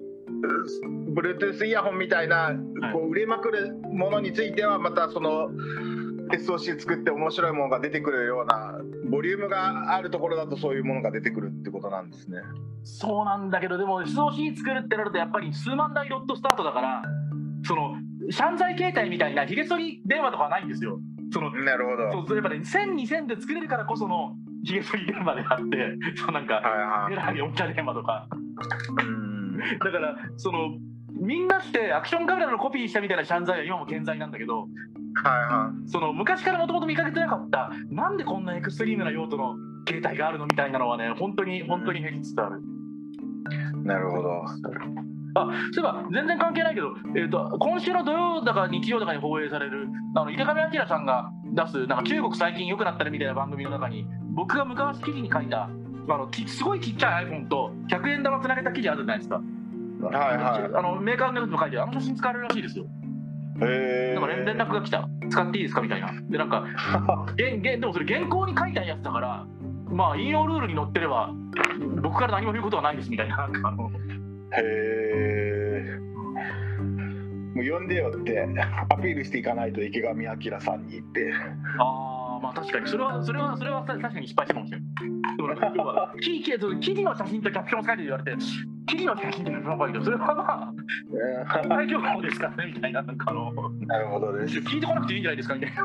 Speaker 2: Bluetooth イヤホンみたいなこう売れまくるものについてはまたその エスオーシー 作って面白いものが出てくるようなボリュームがあるところだとそういうものが出てくるってことなんですね。
Speaker 1: そうなんだけど、でも エスオーシー 作るってなるとやっぱり数万台ロットスタートだから、そのシャンザイ携帯みたいなヒゲ剃り電話とかはないんですよ。その
Speaker 2: なるほど。
Speaker 1: そう、やっぱりせんにせんで作れるからこそのヒゲ剃り電話であって、そうなんかエラー四茶電話とかうんだからそのみんなしてアクションカメラのコピーしたみたいなシャンザイは今も健在なんだけど、はいはい、その昔からもともと見かけてなかったなんでこんなエクストリームな用途の携帯があるのみたいなのはね、本当に本当に減りつつある。
Speaker 2: なるほど。
Speaker 1: あ、そういえば全然関係ないけど、えー、と今週の土曜だか日曜だかに放映されるあの井手上彰さんが出すなんか中国最近良くなったねみたいな番組の中に、僕が昔記事に書いたあのすごいちっちゃい iPhone とひゃくえん玉つなげた記事あるじゃないですか。
Speaker 2: はいはい。
Speaker 1: あのメーカーのやつも書いてある、あの写真使われるらしいですよ。
Speaker 2: へ
Speaker 1: なんか連連絡が来た、使っていいですかみたいな。でなんかげげでもそれ原稿に書いたやつだから、まあ引用ルールに載ってれば僕から何も言うことはないですみたいな。なんかあの
Speaker 2: へえ。もう呼んでよってアピールしていかないと池上彰さんに言って。
Speaker 1: ああまあ確かにそれはそれはそれは確かに失敗したかもしれない。でもなんか要は木々の写真とキャプションを書いて言われて、木々の写真とキャプションを書いて、それはまあ公開情報ですからねみたいな。なんかあの
Speaker 2: なるほどです。
Speaker 1: 聞いてこなくていいんじゃないですかみたいな。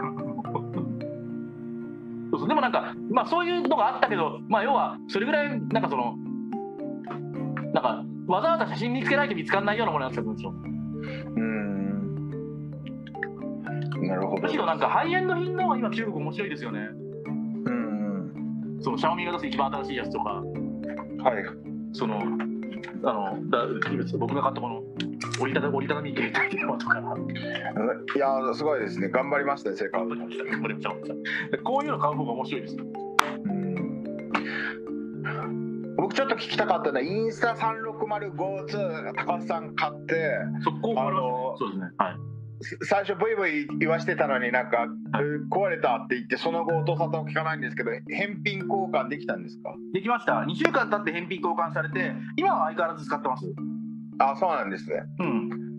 Speaker 1: そうそう。でもなんかまあそういうのがあったけど、まあ要はそれぐらいなんかそのなんかわざわざ写真見つけないと見つからないようなものになってたんですよ。
Speaker 2: うーん、なるほど。
Speaker 1: むしろなんかハイエンド品の方が今中国面白いですよね。
Speaker 2: うん、
Speaker 1: そのシャオミが出す一番新しいやつとか、
Speaker 2: はい、
Speaker 1: そのあのだ僕が買ったこの折りたた折りたたみ携帯電話とか、
Speaker 2: いやすごいですね。頑張りましたね、成果。
Speaker 1: こういうの買う方が面白いですよ。
Speaker 2: 僕ちょっと聞きたかったのはインスタさんろくまるごに高橋さん買って、
Speaker 1: 速攻あのそうですね、はい、
Speaker 2: 最初ブイブイ言わしてたのになんか、はい、壊れたって言ってその後音沙汰を聞かないんですけど、返品交換できたんですか？
Speaker 1: できました。にしゅうかん経って返品交換されて、今は相変わらず使ってます。
Speaker 2: あ、そうなんですね。
Speaker 1: うん、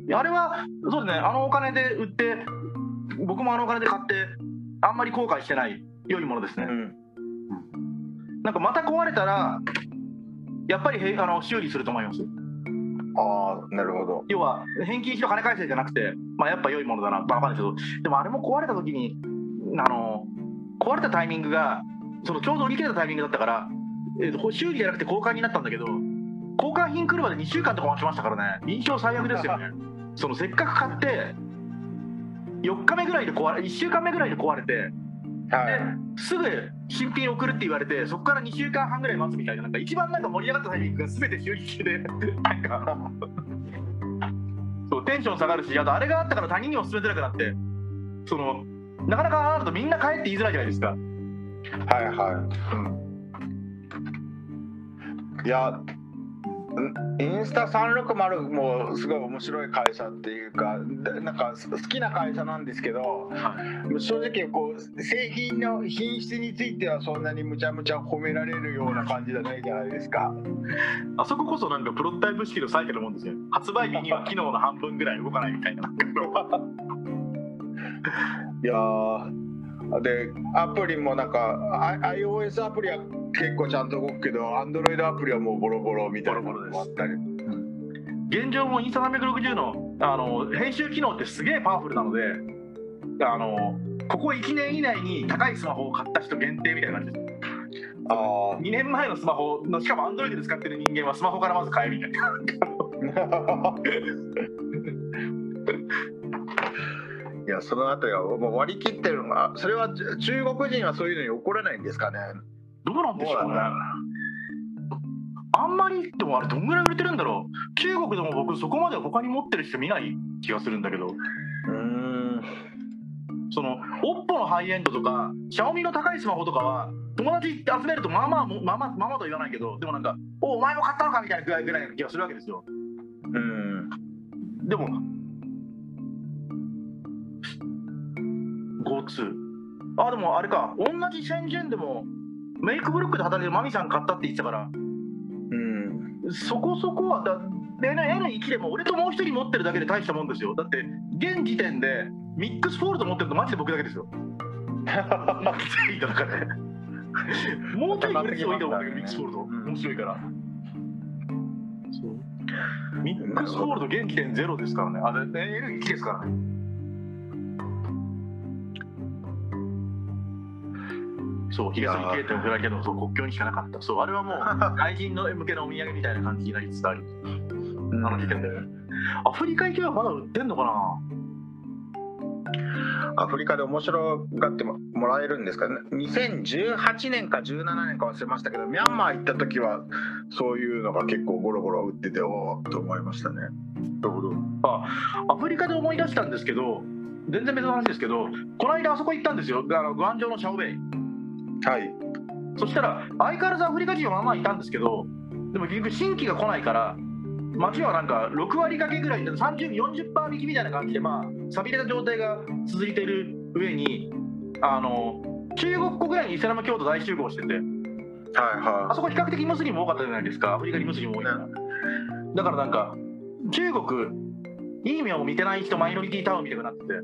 Speaker 1: あれはそうですね、あのお金で売って僕もあのお金で買ってあんまり後悔してない良いものですね。うん、なんかまた壊れたらやっぱりあの修理すると思います。
Speaker 2: ああ、なるほど。
Speaker 1: 要は返金しろ金返せじゃなくて、まあ、やっぱ良いものだな、バカですけど、でもあれも壊れた時にあの壊れたタイミングがそのちょうど売り切れたタイミングだったから、えー、修理じゃなくて交換になったんだけど、交換品来るまでにしゅうかんとか待ちましたからね。印象最悪ですよね。そのせっかく買ってよっかめぐらいで壊れいっしゅうかんめぐらいで壊れて、はい、ですぐ新品送るって言われて、そこからにしゅうかんはんぐらい待つみたいな、なんか一番なんか盛り上がったタイミングが全て修理中でなんかそうテンション下がるし、あとあれがあったから他人にも勧めづらくなって、そのなかなかあるとみんな帰って言いづらいじゃないですか。
Speaker 2: はいはい、うん、いやインスタさんろくまるもすごい面白い会社っていうか、なんか好きな会社なんですけど、はい、正直こう製品の品質についてはそんなにむちゃむちゃ褒められるような感じじゃないじゃないですか。
Speaker 1: あそここそなんかプロトタイプ式のサイクルのもんですよ。発売日には機能の半分ぐらい動かないみたいな。
Speaker 2: いやーでアプリもなんか iOS アプリは結構ちゃんと動くけど Android アプリはもうボロボロみたいなのもあったり、
Speaker 1: 現状もインスタさんびゃくろくじゅう の, あの編集機能ってすげえパワフルなので、あのここいちねん以内に高いスマホを買った人限定みたいな感じです。あにねんまえのスマホのしかも Android で使ってる人間はスマホからまず買えるみたいな。
Speaker 2: いやそのあたりはもう割り切ってるのが、それは中国人はそういうのに怒らないんですかね。
Speaker 1: どうなんでしょうね。あんまりでもあれどんぐらい売れてるんだろう。中国でも僕そこまで他に持ってる人見ない気がするんだけど、うーんその Oppo のハイエンドとか Xiaomi の高いスマホとかは友達集めるとまあまあまあまあまあと言わないけど、でもなんか お, お前も買ったのかみたいなぐらいぐらいの気がするわけですよ。うんでも ゴーツー あでもあれか、同じシェンジェンでもメイクブルックで働いてるマミさん買ったって言ってたから、うん、そこそこはだ エヌワン でも俺ともう一人持ってるだけで大したもんですよ。だって現時点でミックスフォールド持ってるとマジで僕だけですよ。マジでいいだからね。もうちょい売れていいと思うんだけど、ミックスフォールド面白いから。そうミックスフォールド現時点ゼロですからね。あれ エヌワン ですからね。そう、東に経点を振られてもそう国境にしかなかった。そう、あれはもう外人の向けのお土産みたいな感じになりつつある。あの時点で。アフリカ行けばまだ売ってんのかな。
Speaker 2: アフリカで面白がってもらえるんですかね。にせんじゅうはちねんかじゅうななねんか忘れましたけど、ミャンマー行った時はそういうのが結構ゴロゴロ売ってておーと思いましたね。
Speaker 1: なるほど。あ、アフリカで思い出したんですけど、全然別の話ですけど、この間あそこ行ったんですよ。あのグアンジョウのシャオベイ。
Speaker 2: はい。
Speaker 1: そしたら相変わらずアフリカ人はまあまあいたんですけど、でも結局新規が来ないから街はなんかろく割掛けぐらいでさんじゅう、よんじゅっパーセント引きみたいな感じで、まあ寂れた状態が続いている上に、あの中国国内にイスラム教徒大集合してて、はいはい、あそこ比較的ムスリム多かったじゃないですか。アフリカにムスリム多いから、だからなんか中国いい目を見てない人マイノリティタウンみたいになってて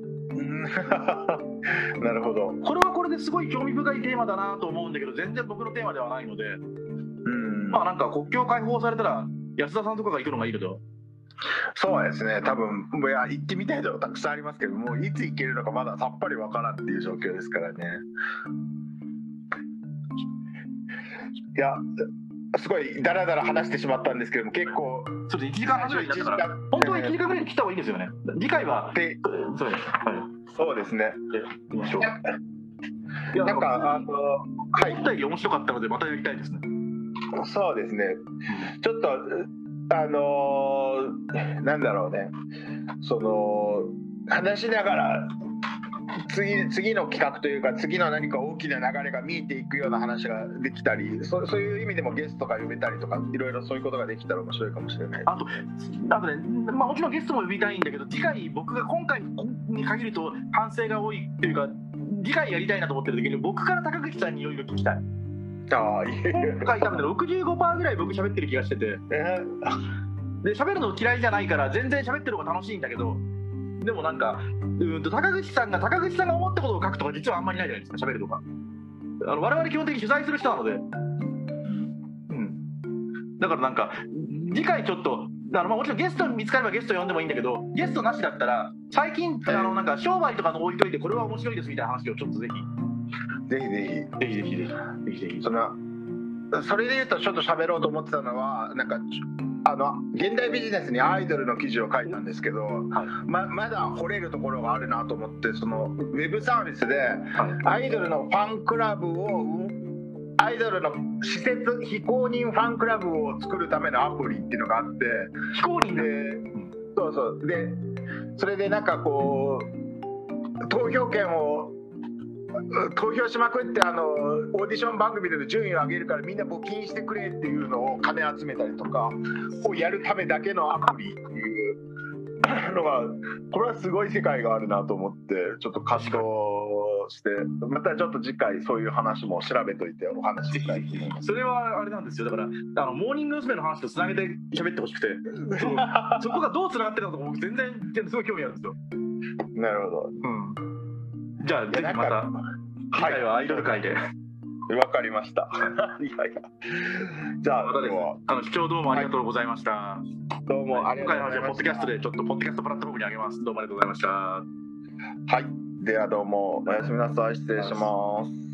Speaker 2: なるほど。
Speaker 1: これはこれですごい興味深いテーマだなと思うんだけど、全然僕のテーマではないので、うんまあなんか国境開放されたら安田さんとかが行くのがいいけど。
Speaker 2: そうですね、多分いや行ってみたいとこたくさんありますけど、もういつ行けるのかまださっぱりわからんっていう状況ですからね。いやすごいダラダラ話してしまったんですけども、結構
Speaker 1: ちょっといちじかんはんぐらいになったから、本当はいちじかんぐらいに切った方がいいですよね。次回は
Speaker 2: で
Speaker 1: そうです、はい、
Speaker 2: そうですね。
Speaker 1: でいきましょう。
Speaker 2: いやなんかあの
Speaker 1: はい思ったより面白かったのでまたやりたいですね。
Speaker 2: そうですね。ちょっとあのー、なんだろうね、その話しながら次次の企画というか次の何か大きな流れが見えていくような話ができたり、そ, そういう意味でもゲストが呼べたりとかいろいろそういうことができたら面白いかもしれない。
Speaker 1: あとあとね、まあ、もちろんゲストも呼びたいんだけど、次回僕が今回に限ると反省が多いというか、次回やりたいなと思ってる時に僕から高口さんにいろいろ聞きたい。
Speaker 2: あいえ
Speaker 1: 今回多分ね ろくじゅうごパーセント ぐらい僕喋ってる気がしてて、えー、で喋るの嫌いじゃないから全然喋ってる方が楽しいんだけど、でもなんかうんと高口さんが高口さんが思ったことを書くとか実はあんまりないじゃないですか、喋るとか。あの我々基本的に取材する人なので、うん、だからなんか次回ちょっとあの、まあ、もちろんゲスト見つかればゲスト呼んでもいいんだけど、ゲストなしだったら最近あのなんか商売とかの置いといてこれは面白いですみたいな話をちょっとぜひ
Speaker 2: ぜひぜひ
Speaker 1: ぜひぜひぜひぜひぜひ
Speaker 2: そのそれで言うとちょっと喋ろうと思ってたのは、なんかあの現代ビジネスにアイドルの記事を書いたんですけど、はい、ま, まだ掘れるところがあるなと思って、そのウェブサービスで、はい、アイドルのファンクラブをアイドルの施設非公認ファンクラブを作るためのアプリっていうのがあって、
Speaker 1: 非公認で、
Speaker 2: そうそうでそれでなんかこう投票権を投票しまくって、あのオーディション番組での順位を上げるからみんな募金してくれっていうのを金集めたりとかをやるためだけのアプリっていうのが、これはすごい世界があるなと思ってちょっと活動して、またちょっと次回そういう話も調べといてお話ししたい。
Speaker 1: それはあれなんですよ、だからあのモーニング娘。の話とつなげて喋ってほしくてそ, そこがどうつながってるのか僕全然すごい興味あるんですよ。
Speaker 2: なるほど、
Speaker 1: うん、じゃあぜひまた次回はアイドル界で。
Speaker 2: わかりましたいやいやじゃあ、
Speaker 1: またですね、あの視聴どうもありがとうございました。はい、
Speaker 2: どうもありがとうございました。今回はじゃあ
Speaker 1: ポッドキャストでちょっとポッドキャストプラットフォームに上げます。どうもありがとうございました。
Speaker 2: はい、ではどうもおやすみなさい。失礼します。